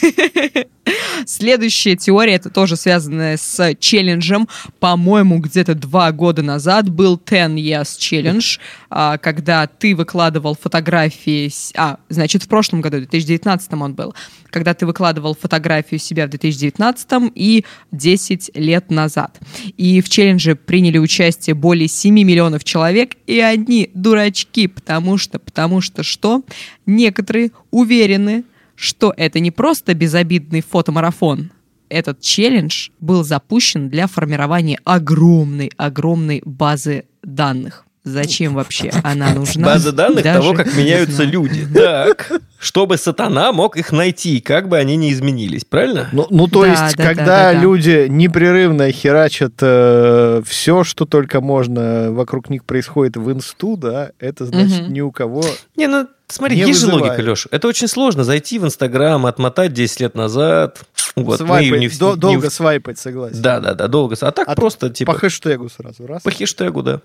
Следующая теория, это тоже связанная с челленджем. По-моему, где-то 2 года назад был 10 Years Challenge, когда ты выкладывал фотографии... значит, в прошлом году, в 2019 он был. Когда ты выкладывал фотографию себя в 2019 и 10 лет назад. И в челлендже приняли участие более 7 миллионов человек, и они дурачки, потому что что? Некоторые уверены, что это не просто безобидный фотомарафон. Этот челлендж был запущен для формирования огромной базы данных. Зачем вообще она нужна? База данных того, как меняются люди. Так, чтобы сатана мог их найти, как бы они ни изменились, правильно? То есть, когда люди непрерывно херачат все, что только можно, вокруг них происходит в инсту, да, это значит ни у кого... Смотри, есть же логика, Леша. Это очень сложно зайти в Инстаграм, отмотать 10 лет назад. Вот, долго свайпать, согласен. Да, долго. А так просто типа... По хэштегу сразу, раз. По хэштегу, да.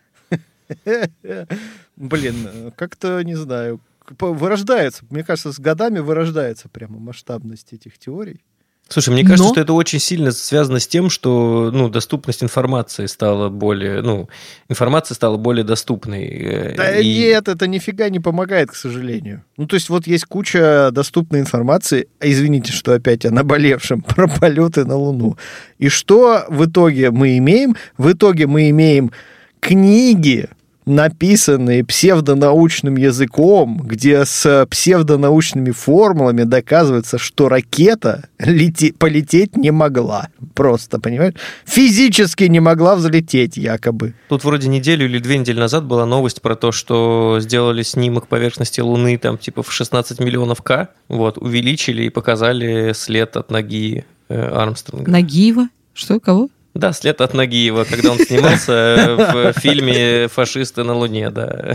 Блин, как-то, не знаю, вырождается. Мне кажется, с годами вырождается прямо масштабность этих теорий. Слушай, мне кажется, что это очень сильно связано с тем, что доступность информации стала более, информация стала более доступной. Да нет, это нифига не помогает, к сожалению. То есть вот есть куча доступной информации, извините, что опять о наболевшем, про полеты на Луну. И что в итоге мы имеем? В итоге мы имеем книги, написанные псевдонаучным языком, где с псевдонаучными формулами доказывается, что ракета полететь не могла. Просто, понимаешь? Физически не могла взлететь, якобы. Тут вроде неделю или 2 недели назад была новость про то, что сделали снимок поверхности Луны там типа в 16 миллионов К, увеличили и показали след от ноги Армстронга. Нагиева? Что, кого? Да, след от Нагиева, когда он снимался в фильме «Фашисты на Луне», да.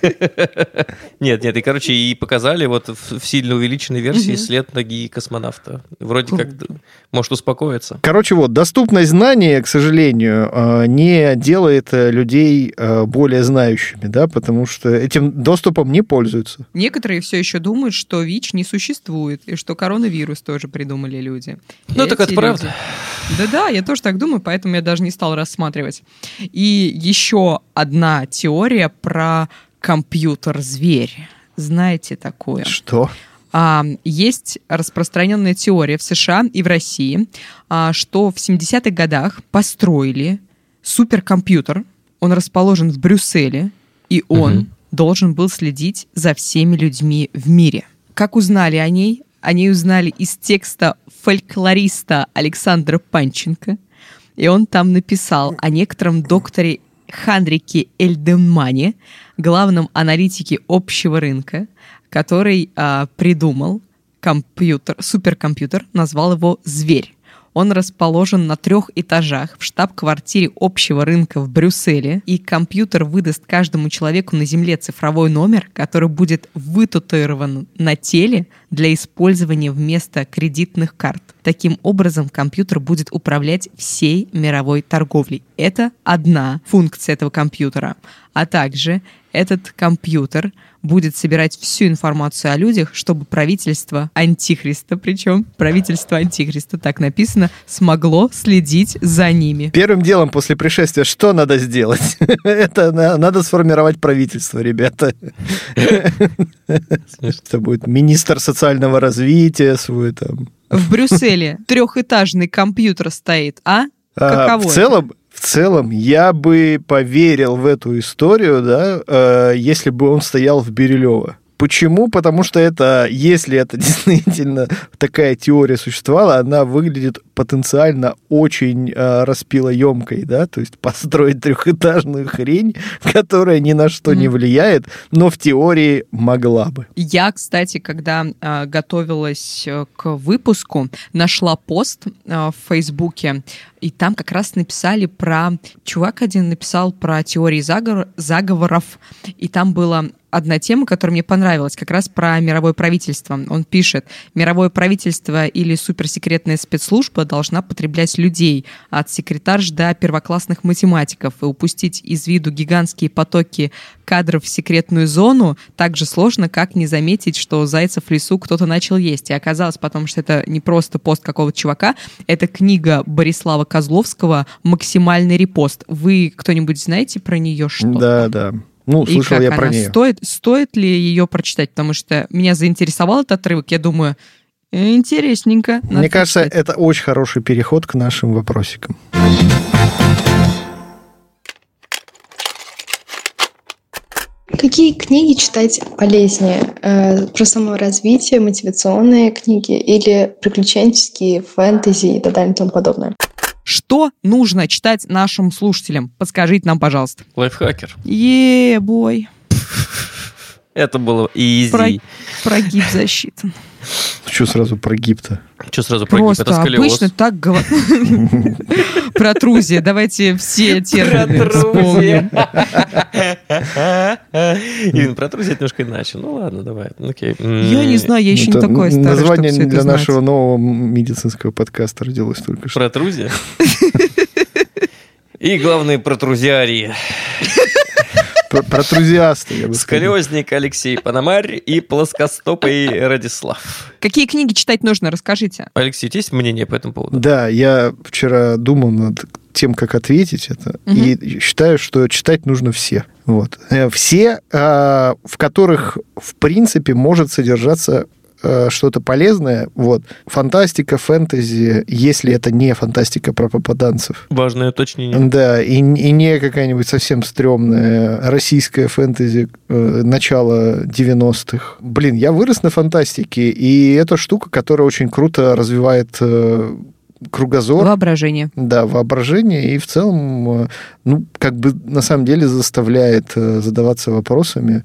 Нет, и, короче, и показали в сильно увеличенной версии след ноги космонавта. Вроде как может успокоиться. Короче, доступность знания, к сожалению, не делает людей более знающими, да, потому что этим доступом не пользуются. Некоторые все еще думают, что ВИЧ не существует, и что коронавирус тоже придумали люди. Так это правда. Да, я тоже так думаю, поэтому я даже не стал рассматривать. И еще одна теория про компьютер-зверь. Знаете такое? Что? Есть распространенная теория в США и в России, что в 70-х годах построили суперкомпьютер. Он расположен в Брюсселе, и он должен был следить за всеми людьми в мире. Как узнали о ней? Они узнали из текста фольклориста Александра Панченко, и он там написал о некотором докторе Ханрике Эльдемане, главном аналитике общего рынка, который придумал суперкомпьютер, назвал его «Зверь». Он расположен на 3 этажах в штаб-квартире общего рынка в Брюсселе, и компьютер выдаст каждому человеку на Земле цифровой номер, который будет вытатуирован на теле для использования вместо кредитных карт. Таким образом, компьютер будет управлять всей мировой торговлей. Это одна функция этого компьютера. А также этот компьютер будет собирать всю информацию о людях, чтобы правительство Антихриста, причем правительство Антихриста, так написано, смогло следить за ними. Первым делом после пришествия что надо сделать? Это надо сформировать правительство, ребята. Это будет министр социального развития свой там. В Брюсселе трехэтажный компьютер стоит, а? Каково В целом, я бы поверил в эту историю, да, если бы он стоял в Бирюлево. Почему? Потому что если это действительно такая теория существовала, она выглядит потенциально очень распилоемкой, да, то есть построить трехэтажную хрень, которая ни на что не влияет, но в теории могла бы. Я, кстати, когда готовилась к выпуску, нашла пост в Фейсбуке, и там как раз написали чувак один написал про теории заговоров, и там была одна тема, которая мне понравилась, как раз про мировое правительство. Он пишет: мировое правительство или суперсекретная спецслужба должна потреблять людей, от секретарш до первоклассных математиков, и упустить из виду гигантские потоки кадров в секретную зону так же сложно, как не заметить, что зайцев в лесу кто-то начал есть. И оказалось потом, что это не просто пост какого-то чувака, это книга Борислава Козловского «Максимальный репост». Вы кто-нибудь знаете про нее что-то? Да. Ну, слышал я про нее. Стоит ли ее прочитать? Потому что меня заинтересовал этот отрывок. Я думаю, интересненько. Мне кажется, это очень хороший переход к нашим вопросикам. Какие книги читать полезнее? Про саморазвитие, мотивационные книги или приключенческие, фэнтези и так далее и тому подобное? Что нужно читать нашим слушателям? Подскажите нам, пожалуйста. Лайфхакер. Е-бой. Это было изи. Прогиб засчитан. Что сразу прогиб-то? Что сразу прогиб? Это сколиоз. Обычно так говорят. Протрузия. Давайте все термины вспомним. Ирина, протрузия это немножко иначе. Ну ладно, давай. Окей. Я не знаю, я еще не такой старый, название для нашего нового медицинского подкаста родилось только что. Протрузия? И главные протрузиарии. Протрузиасты, я бы сказал. Сколиозник Алексей Пономарь и плоскостопый Радислав. Какие книги читать нужно? Расскажите. Алексей, есть мнение по этому поводу? Да, я вчера думал над тем, как ответить это, и считаю, что читать нужно все. Вот. Все, в которых, в принципе, может содержаться что-то полезное. Вот. Фантастика, фэнтези, если это не фантастика про попаданцев. Важное уточнение. Да, и не какая-нибудь совсем стрёмная российская фэнтези начала 90-х. Блин, я вырос на фантастике, и это штука, которая очень круто развивает кругозор. Воображение. Да, воображение, и в целом, ну, как бы на самом деле заставляет задаваться вопросами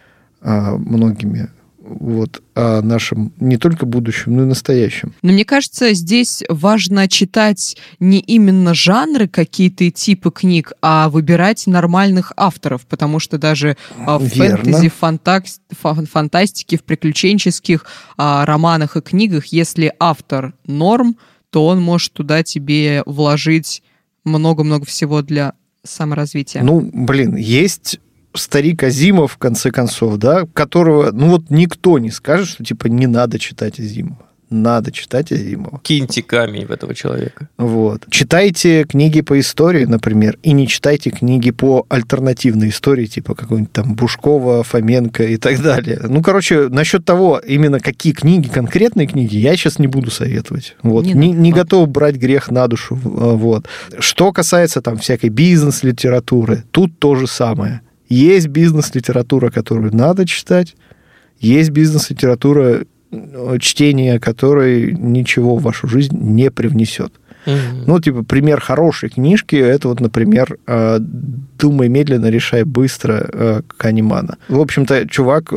многими. Вот, о нашем не только будущем, но и настоящем. Но мне кажется, здесь важно читать не именно жанры, какие-то и типы книг, а выбирать нормальных авторов, потому что даже в фэнтези, фантастике, в приключенческих романах и книгах, если автор норм, то он может туда тебе вложить много-много всего для саморазвития. Ну, блин, есть старик Азимов, в конце концов, да, которого, ну вот никто не скажет, что типа не надо читать Азимова. Надо читать Азимова. Киньте камень в этого человека. Вот. Читайте книги по истории, например, и не читайте книги по альтернативной истории, типа какой-нибудь там Бушкова, Фоменко и так далее. Ну, короче, насчет того, именно какие книги, конкретные книги, я сейчас не буду советовать. Вот. Не готов брать грех на душу. Вот. Что касается там всякой бизнес-литературы, тут то же самое. Есть бизнес-литература, которую надо читать, есть бизнес-литература, чтение которой ничего в вашу жизнь не привнесет. Ну, типа, пример хорошей книжки, это вот, например, «Думай медленно, решай быстро» Канемана. В общем-то, чувак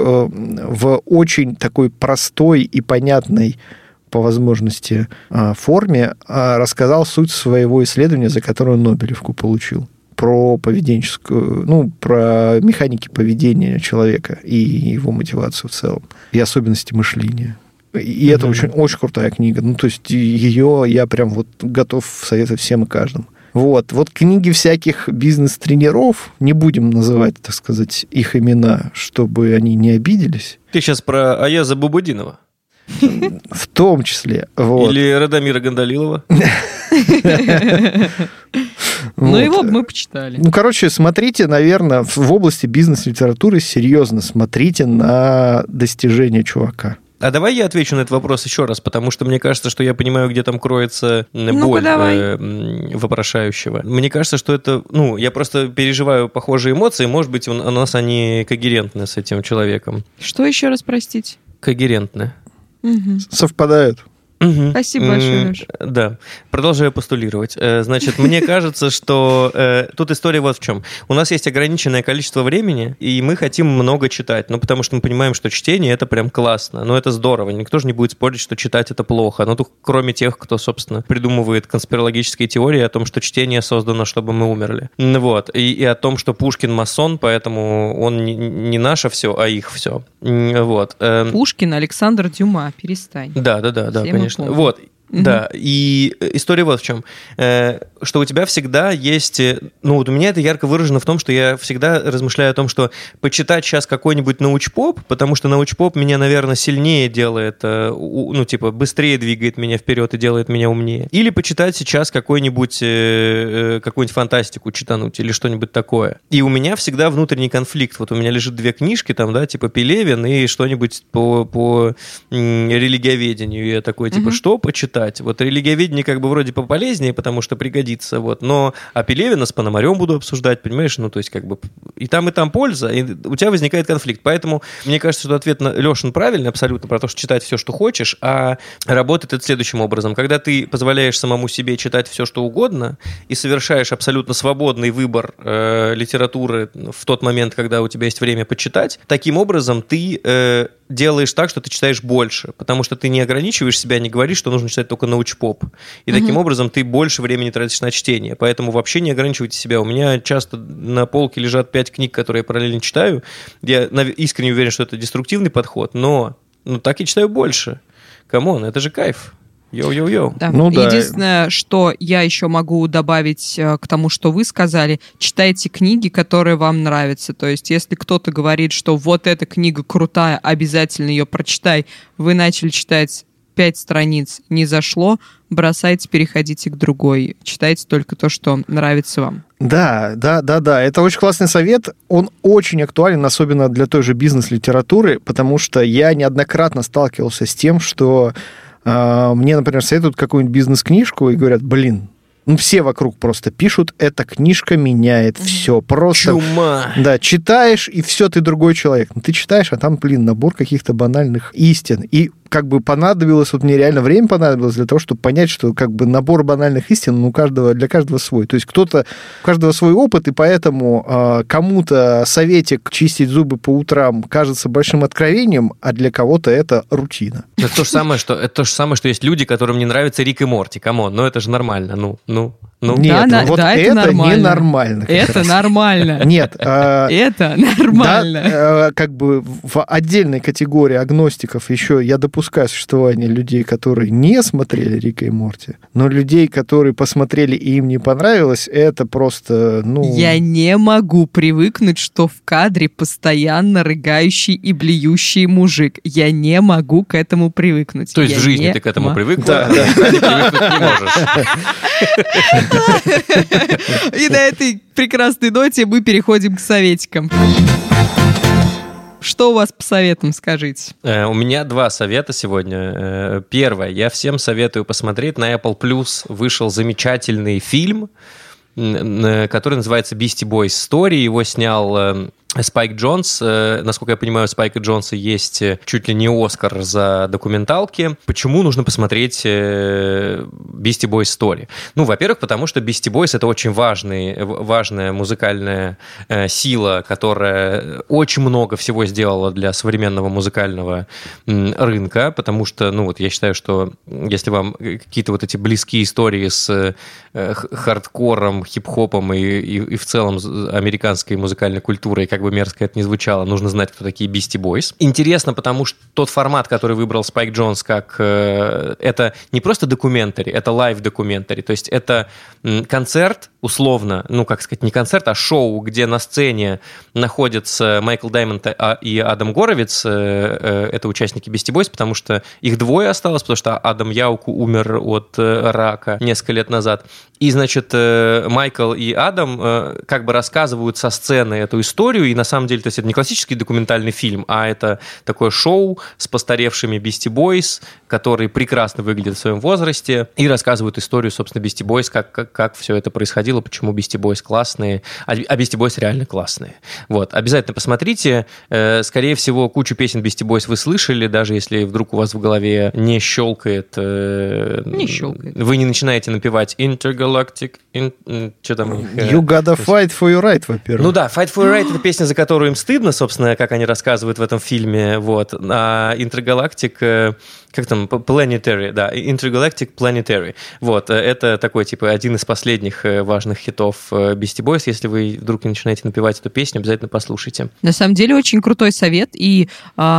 в очень такой простой и понятной по возможности форме рассказал суть своего исследования, за которое он Нобелевку получил. Про поведенческую, ну, про механики поведения человека и его мотивацию в целом, и особенности мышления. И это очень, очень крутая книга. Ну, то есть ее я прям вот готов советовать всем и каждому. Вот книги всяких бизнес-тренеров, не будем называть, так сказать, их имена, чтобы они не обиделись. Ты сейчас про Аяза Бабудинова? В том числе. Вот. Или Радомира Гандалилова? Ну, его бы мы почитали. Ну, короче, смотрите, наверное, в области бизнес-литературы серьезно смотрите на достижения чувака. А давай я отвечу на этот вопрос еще раз, потому что мне кажется, что я понимаю, где там кроется боль вопрошающего. Мне кажется, что это... Ну, я просто переживаю похожие эмоции, может быть, у нас они когерентны с этим человеком. Что еще раз, простите? Когерентны. Угу. Совпадают. Угу. Спасибо большое, Леша. Да, продолжаю постулировать. Значит, мне кажется, что тут история вот в чем. У нас есть ограниченное количество времени, и мы хотим много читать, ну, потому что мы понимаем, что чтение — это прям классно, но это здорово. Никто же не будет спорить, что читать — это плохо. Ну, кроме тех, кто, собственно, придумывает конспирологические теории о том, что чтение создано, чтобы мы умерли. Вот. И о том, что Пушкин масон, поэтому он не наше все, а их все. Вот. Пушкин, Александр Дюма, перестань. Да, конечно. Вот. Да, и история вот в чем, что у тебя всегда есть, ну вот у меня это ярко выражено в том, что я всегда размышляю о том, что почитать сейчас какой-нибудь научпоп, потому что научпоп меня, наверное, сильнее делает, ну типа быстрее двигает меня вперед и делает меня умнее, или почитать сейчас какую-нибудь фантастику читануть или что-нибудь такое. И у меня всегда внутренний конфликт, вот у меня лежит 2 книжки там, да, типа Пелевин и что-нибудь по религиоведению, и я такой, типа, что почитать? Вот религиоведение как бы вроде пополезнее, потому что пригодится, вот, но Пелевина с Пономарем буду обсуждать, понимаешь, ну, то есть как бы и там польза, и у тебя возникает конфликт, поэтому мне кажется, что ответ на Лешин правильный абсолютно, про то, что читать все, что хочешь, а работает это следующим образом, когда ты позволяешь самому себе читать все, что угодно, и совершаешь абсолютно свободный выбор литературы в тот момент, когда у тебя есть время почитать, таким образом ты делаешь так, что ты читаешь больше, потому что ты не ограничиваешь себя, не говоришь, что нужно читать только научпоп. И таким образом ты больше времени тратишь на чтение. Поэтому вообще не ограничивайте себя. У меня часто на полке лежат 5 книг, которые я параллельно читаю. Я искренне уверен, что это деструктивный подход, но так я читаю больше. Камон, это же кайф. Йоу-йоу-йоу. Да. Ну, да. Единственное, что я еще могу добавить к тому, что вы сказали, читайте книги, которые вам нравятся. То есть, если кто-то говорит, что вот эта книга крутая, обязательно ее прочитай, вы начали читать 5 страниц, не зашло, бросайте, переходите к другой. Читайте только то, что нравится вам. Да. Это очень классный совет. Он очень актуален, особенно для той же бизнес-литературы, потому что я неоднократно сталкивался с тем, что мне, например, советуют какую-нибудь бизнес-книжку и говорят, все вокруг просто пишут, эта книжка меняет все. Просто, чума. Да, читаешь, и все, ты другой человек. Ты читаешь, а там, набор каких-то банальных истин. И как бы понадобилось, вот мне реально время понадобилось для того, чтобы понять, что как бы набор банальных истин для каждого свой. То есть у каждого свой опыт, и поэтому кому-то советик чистить зубы по утрам кажется большим откровением, а для кого-то это рутина. Это то же самое, что есть люди, которым не нравится Рик и Морти. Камон, это же нормально. Нет, это нормально. Ненормально. Это нормально. Нет. Это нормально. Да, как бы в отдельной категории агностиков еще я допускаю существование людей, которые не смотрели Рика и Морти, но людей, которые посмотрели и им не понравилось, это просто, Я не могу привыкнуть, что в кадре постоянно рыгающий и блюющий мужик. Я не могу к этому привыкнуть. То есть в жизни ты к этому привыкла, а привыкнуть не можешь. И на этой прекрасной ноте мы переходим к советикам. Что у вас по советам, скажите? У меня 2 совета сегодня. Первое. Я всем советую посмотреть. На Apple Plus вышел замечательный фильм, который называется «Beastie Boys Story». Его снял Спайк Джонс. Насколько я понимаю, у Спайка Джонса есть чуть ли не Оскар за документалки. Почему нужно посмотреть Beastie Boys Story? Во-первых, потому что Beastie Boys — это очень важная музыкальная сила, которая очень много всего сделала для современного музыкального рынка, потому что, я считаю, что если вам какие-то вот эти близкие истории с хардкором, хип-хопом и в целом американской музыкальной культурой, как бы мерзко это ни звучало, нужно знать, кто такие Beastie Boys. Интересно, потому что тот формат, который выбрал Спайк Джонс, как это не просто документари, это лайв-документари, то есть это концерт, условно, ну, как сказать, не концерт, а шоу, где на сцене находятся Майкл Даймонд и Адам Горовиц, это участники Beastie Boys, потому что их двое осталось, потому что Адам Яуку умер от рака несколько лет назад. И, значит, Майкл и Адам как бы рассказывают со сцены эту историю, и на самом деле, то есть это не классический документальный фильм, а это такое шоу с постаревшими Beastie Boys, которые прекрасно выглядят в своем возрасте, и рассказывают историю, собственно, Beastie Boys, как все это происходило, почему Beastie Boys классные, а Beastie Boys реально классные. Вот, обязательно посмотрите. Скорее всего, кучу песен Beastie Boys вы слышали, даже если вдруг у вас в голове не щелкает. Не щелкает. Вы не начинаете напевать Intergalactic, что там? You gotta fight for your right, во-первых. Ну да, Fight for your right — это песня, за которую им стыдно, собственно, как они рассказывают в этом фильме. Вот. А Intergalactic, как там, Planetary, да, Intergalactic Planetary. Вот, это такой, типа, один из последних важных хитов Beastie Boys. Если вы вдруг не начинаете напевать эту песню, обязательно послушайте. На самом деле, очень крутой совет, и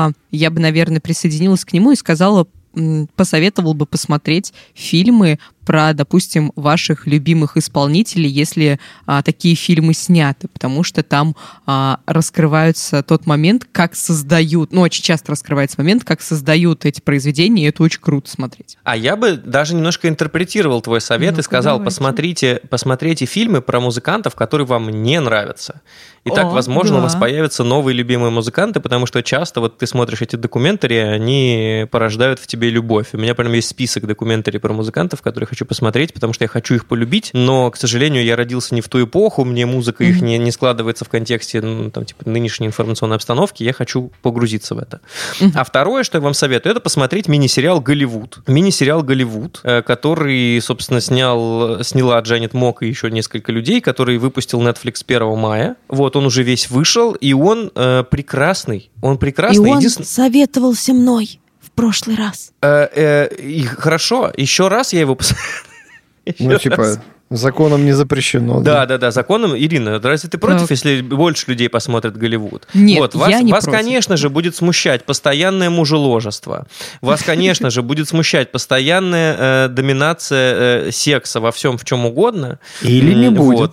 я бы, наверное, присоединилась к нему и сказала, посоветовал бы посмотреть фильмы про, допустим, ваших любимых исполнителей, если такие фильмы сняты, потому что там раскрывается тот момент, как создают, ну, очень часто раскрывается момент, как создают эти произведения, и это очень круто смотреть. А я бы даже немножко интерпретировал твой совет и сказал, посмотрите фильмы про музыкантов, которые вам не нравятся. И так, возможно, у вас появятся новые любимые музыканты, потому что часто вот ты смотришь эти документари, они порождают в тебе любовь. У меня прям есть список документари про музыкантов, которые хочу посмотреть, потому что я хочу их полюбить, но, к сожалению, я родился не в ту эпоху, мне музыка их не складывается в контексте, ну, там, типа, нынешней информационной обстановки, я хочу погрузиться в это. А второе, что я вам советую, это посмотреть мини-сериал «Голливуд». Мини-сериал «Голливуд», который, собственно, сняла Джанет Мок и еще несколько людей, который выпустил Netflix 1 мая. Вот, он уже весь вышел, и он прекрасный. Он прекрасный. И он советовался мной в прошлый раз. И хорошо, еще раз я его Ну, типа, законом не запрещено. Да, законом. Ирина, разве ты против, если больше людей посмотрят Голливуд? Нет, вот, я не вас, против. конечно же, будет смущать постоянное мужеложество. Вас, конечно же, будет смущать постоянная доминация секса во всем, в чем угодно. Или не будет.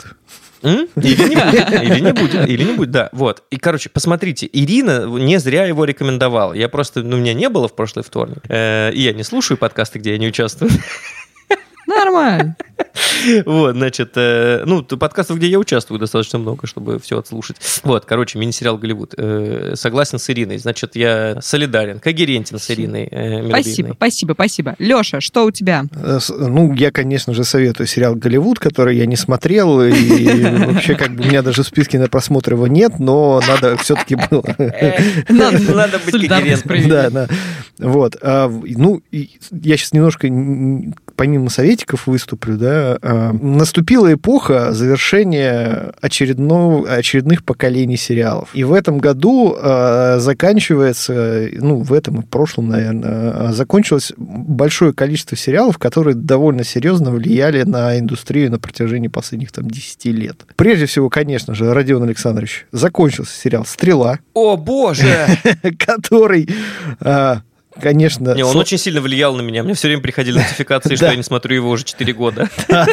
Или не будет, да. Вот. И, короче, посмотрите, Ирина не зря его рекомендовала. Я просто, меня не было в прошлый вторник. И я не слушаю подкасты, где я не участвую. Нормально. Вот, значит, подкастов, где я участвую, достаточно много, чтобы все отслушать. Вот, короче, мини-сериал «Голливуд». Согласен с Ириной. Значит, я солидарен, когерентен с Ириной. Спасибо. Леша, что у тебя? Ну, я, конечно же, советую сериал «Голливуд», который я не смотрел, и вообще, как бы, у меня даже в списке на просмотр его нет, но надо все-таки было. Надо быть когерентным. Да. Вот. Ну, я сейчас немножко, помимо советиков, выступлю, да. Наступила эпоха завершения очередных поколений сериалов. И в этом году заканчивается, в этом и в прошлом, наверное, закончилось большое количество сериалов, которые довольно серьезно влияли на индустрию на протяжении последних 10 лет. Прежде всего, конечно же, Родион Александрович, закончился сериал «Стрела». О, боже! Который... Конечно. Не, он очень сильно влиял на меня. Мне все время приходили нотификации, что я не смотрю его уже 4 года.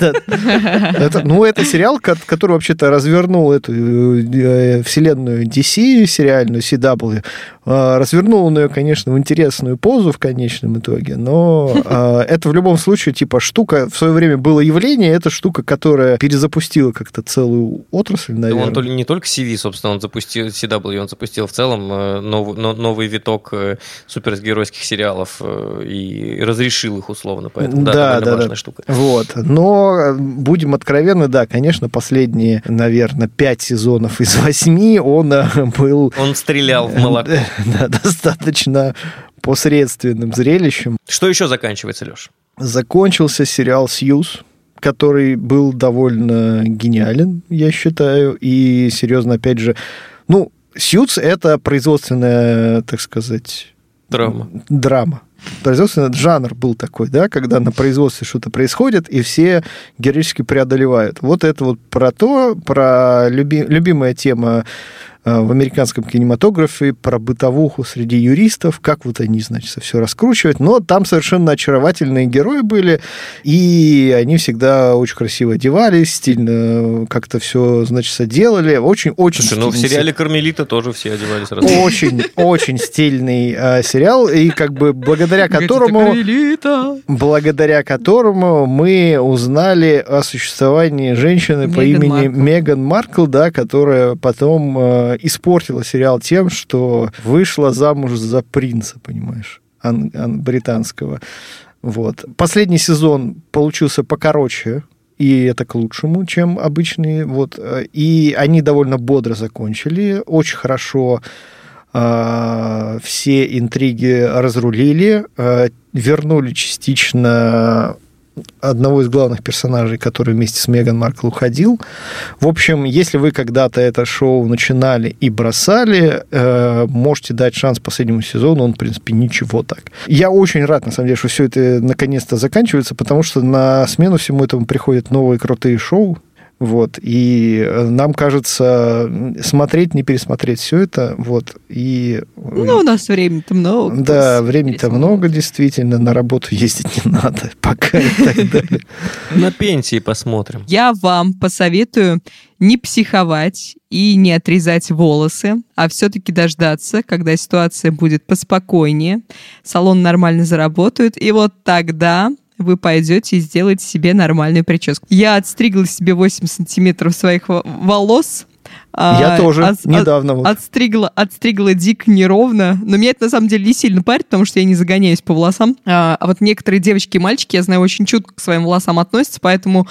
Это сериал, который вообще-то развернул эту вселенную DC сериальную, CW. Развернул он ее, конечно, в интересную позу в конечном итоге, но это в любом случае, штука, в свое время было явление, это штука, которая перезапустила как-то целую отрасль, наверное. Он не только CV, собственно, он запустил CW, он запустил в целом новый виток супергеройских сериалов и разрешил их условно, поэтому довольно важная штука. Вот. Но будем откровенны, конечно, последние, наверное, 5 сезонов из 8 он был... Он стрелял в молоко. Да, достаточно посредственным зрелищем. Что еще заканчивается, Леш? Закончился сериал «Сьюз», который был довольно гениален, я считаю, и, серьезно, опять же, «Сьюз» — это производственная, так сказать... Драма. Производственный жанр был такой, когда на производстве что-то происходит, и все героически преодолевают. Вот это вот про любимая тема в американском кинематографе, про бытовуху среди юристов, как вот они, значит, все раскручивают. Но там совершенно очаровательные герои были, и они всегда очень красиво одевались, стильно как-то все, значит, делали. Очень-очень стильный. Ну, в сериале «Кармелита» тоже все одевались сразу. Очень стильный сериал, и как бы благодаря которому мы узнали о существовании женщины по имени Меган Маркл, да, которая потом испортила сериал тем, что вышла замуж за принца, понимаешь, британского. Вот. Последний сезон получился покороче, и это к лучшему, чем обычные. Вот. И они довольно бодро закончили, очень хорошо все интриги разрулили, вернули частично одного из главных персонажей, который вместе с Меган Маркл уходил. В общем, если вы когда-то это шоу начинали и бросали, можете дать шанс последнему сезону, он, в принципе, ничего так. Я очень рад, на самом деле, что все это наконец-то заканчивается, потому что на смену всему этому приходят новые крутые шоу. Вот, и нам кажется, смотреть, не пересмотреть все это, вот, и... Ну, у нас времени-то много. Да, времени-то много, действительно, на работу ездить не надо, пока и так далее. На пенсии посмотрим. Я вам посоветую не психовать и не отрезать волосы, а все-таки дождаться, когда ситуация будет поспокойнее, салон нормально заработает, и вот тогда... вы пойдете и сделаете себе нормальную прическу. Я отстригла себе 8 сантиметров своих волос. Я тоже недавно. Отстригла дико неровно. Но меня это на самом деле не сильно парит, потому что я не загоняюсь по волосам. А вот некоторые девочки и мальчики, я знаю, очень чутко к своим волосам относятся, поэтому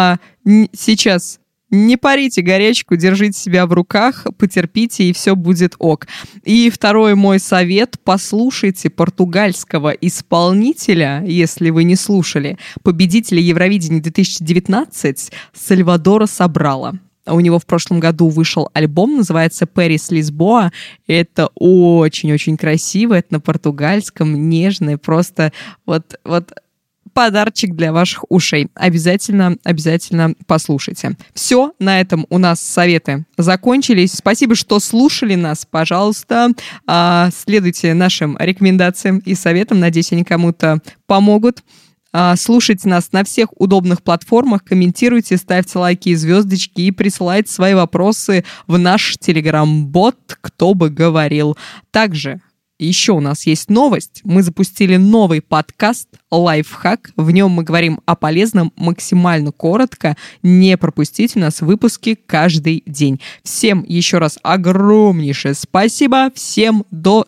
сейчас... не парите горячку, держите себя в руках, потерпите, и все будет ок. И второй мой совет: послушайте португальского исполнителя, если вы не слушали, победителя Евровидения 2019 Сальвадора Собрала. У него в прошлом году вышел альбом, называется «Пэрис Лисбоа». Это очень-очень красиво, это на португальском, нежное, просто вот подарочек для ваших ушей. Обязательно послушайте. Все, на этом у нас советы закончились. Спасибо, что слушали нас. Пожалуйста, следуйте нашим рекомендациям и советам. Надеюсь, они кому-то помогут. Слушайте нас на всех удобных платформах, комментируйте, ставьте лайки и звездочки и присылайте свои вопросы в наш телеграм-бот «Кто бы говорил». Также еще у нас есть новость. Мы запустили новый подкаст «Лайфхак». В нем мы говорим о полезном максимально коротко. Не пропустите у нас выпуски каждый день. Всем еще раз огромнейшее спасибо. Всем до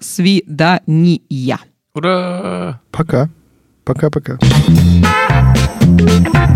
свидания. Ура! Пока. Пока-пока.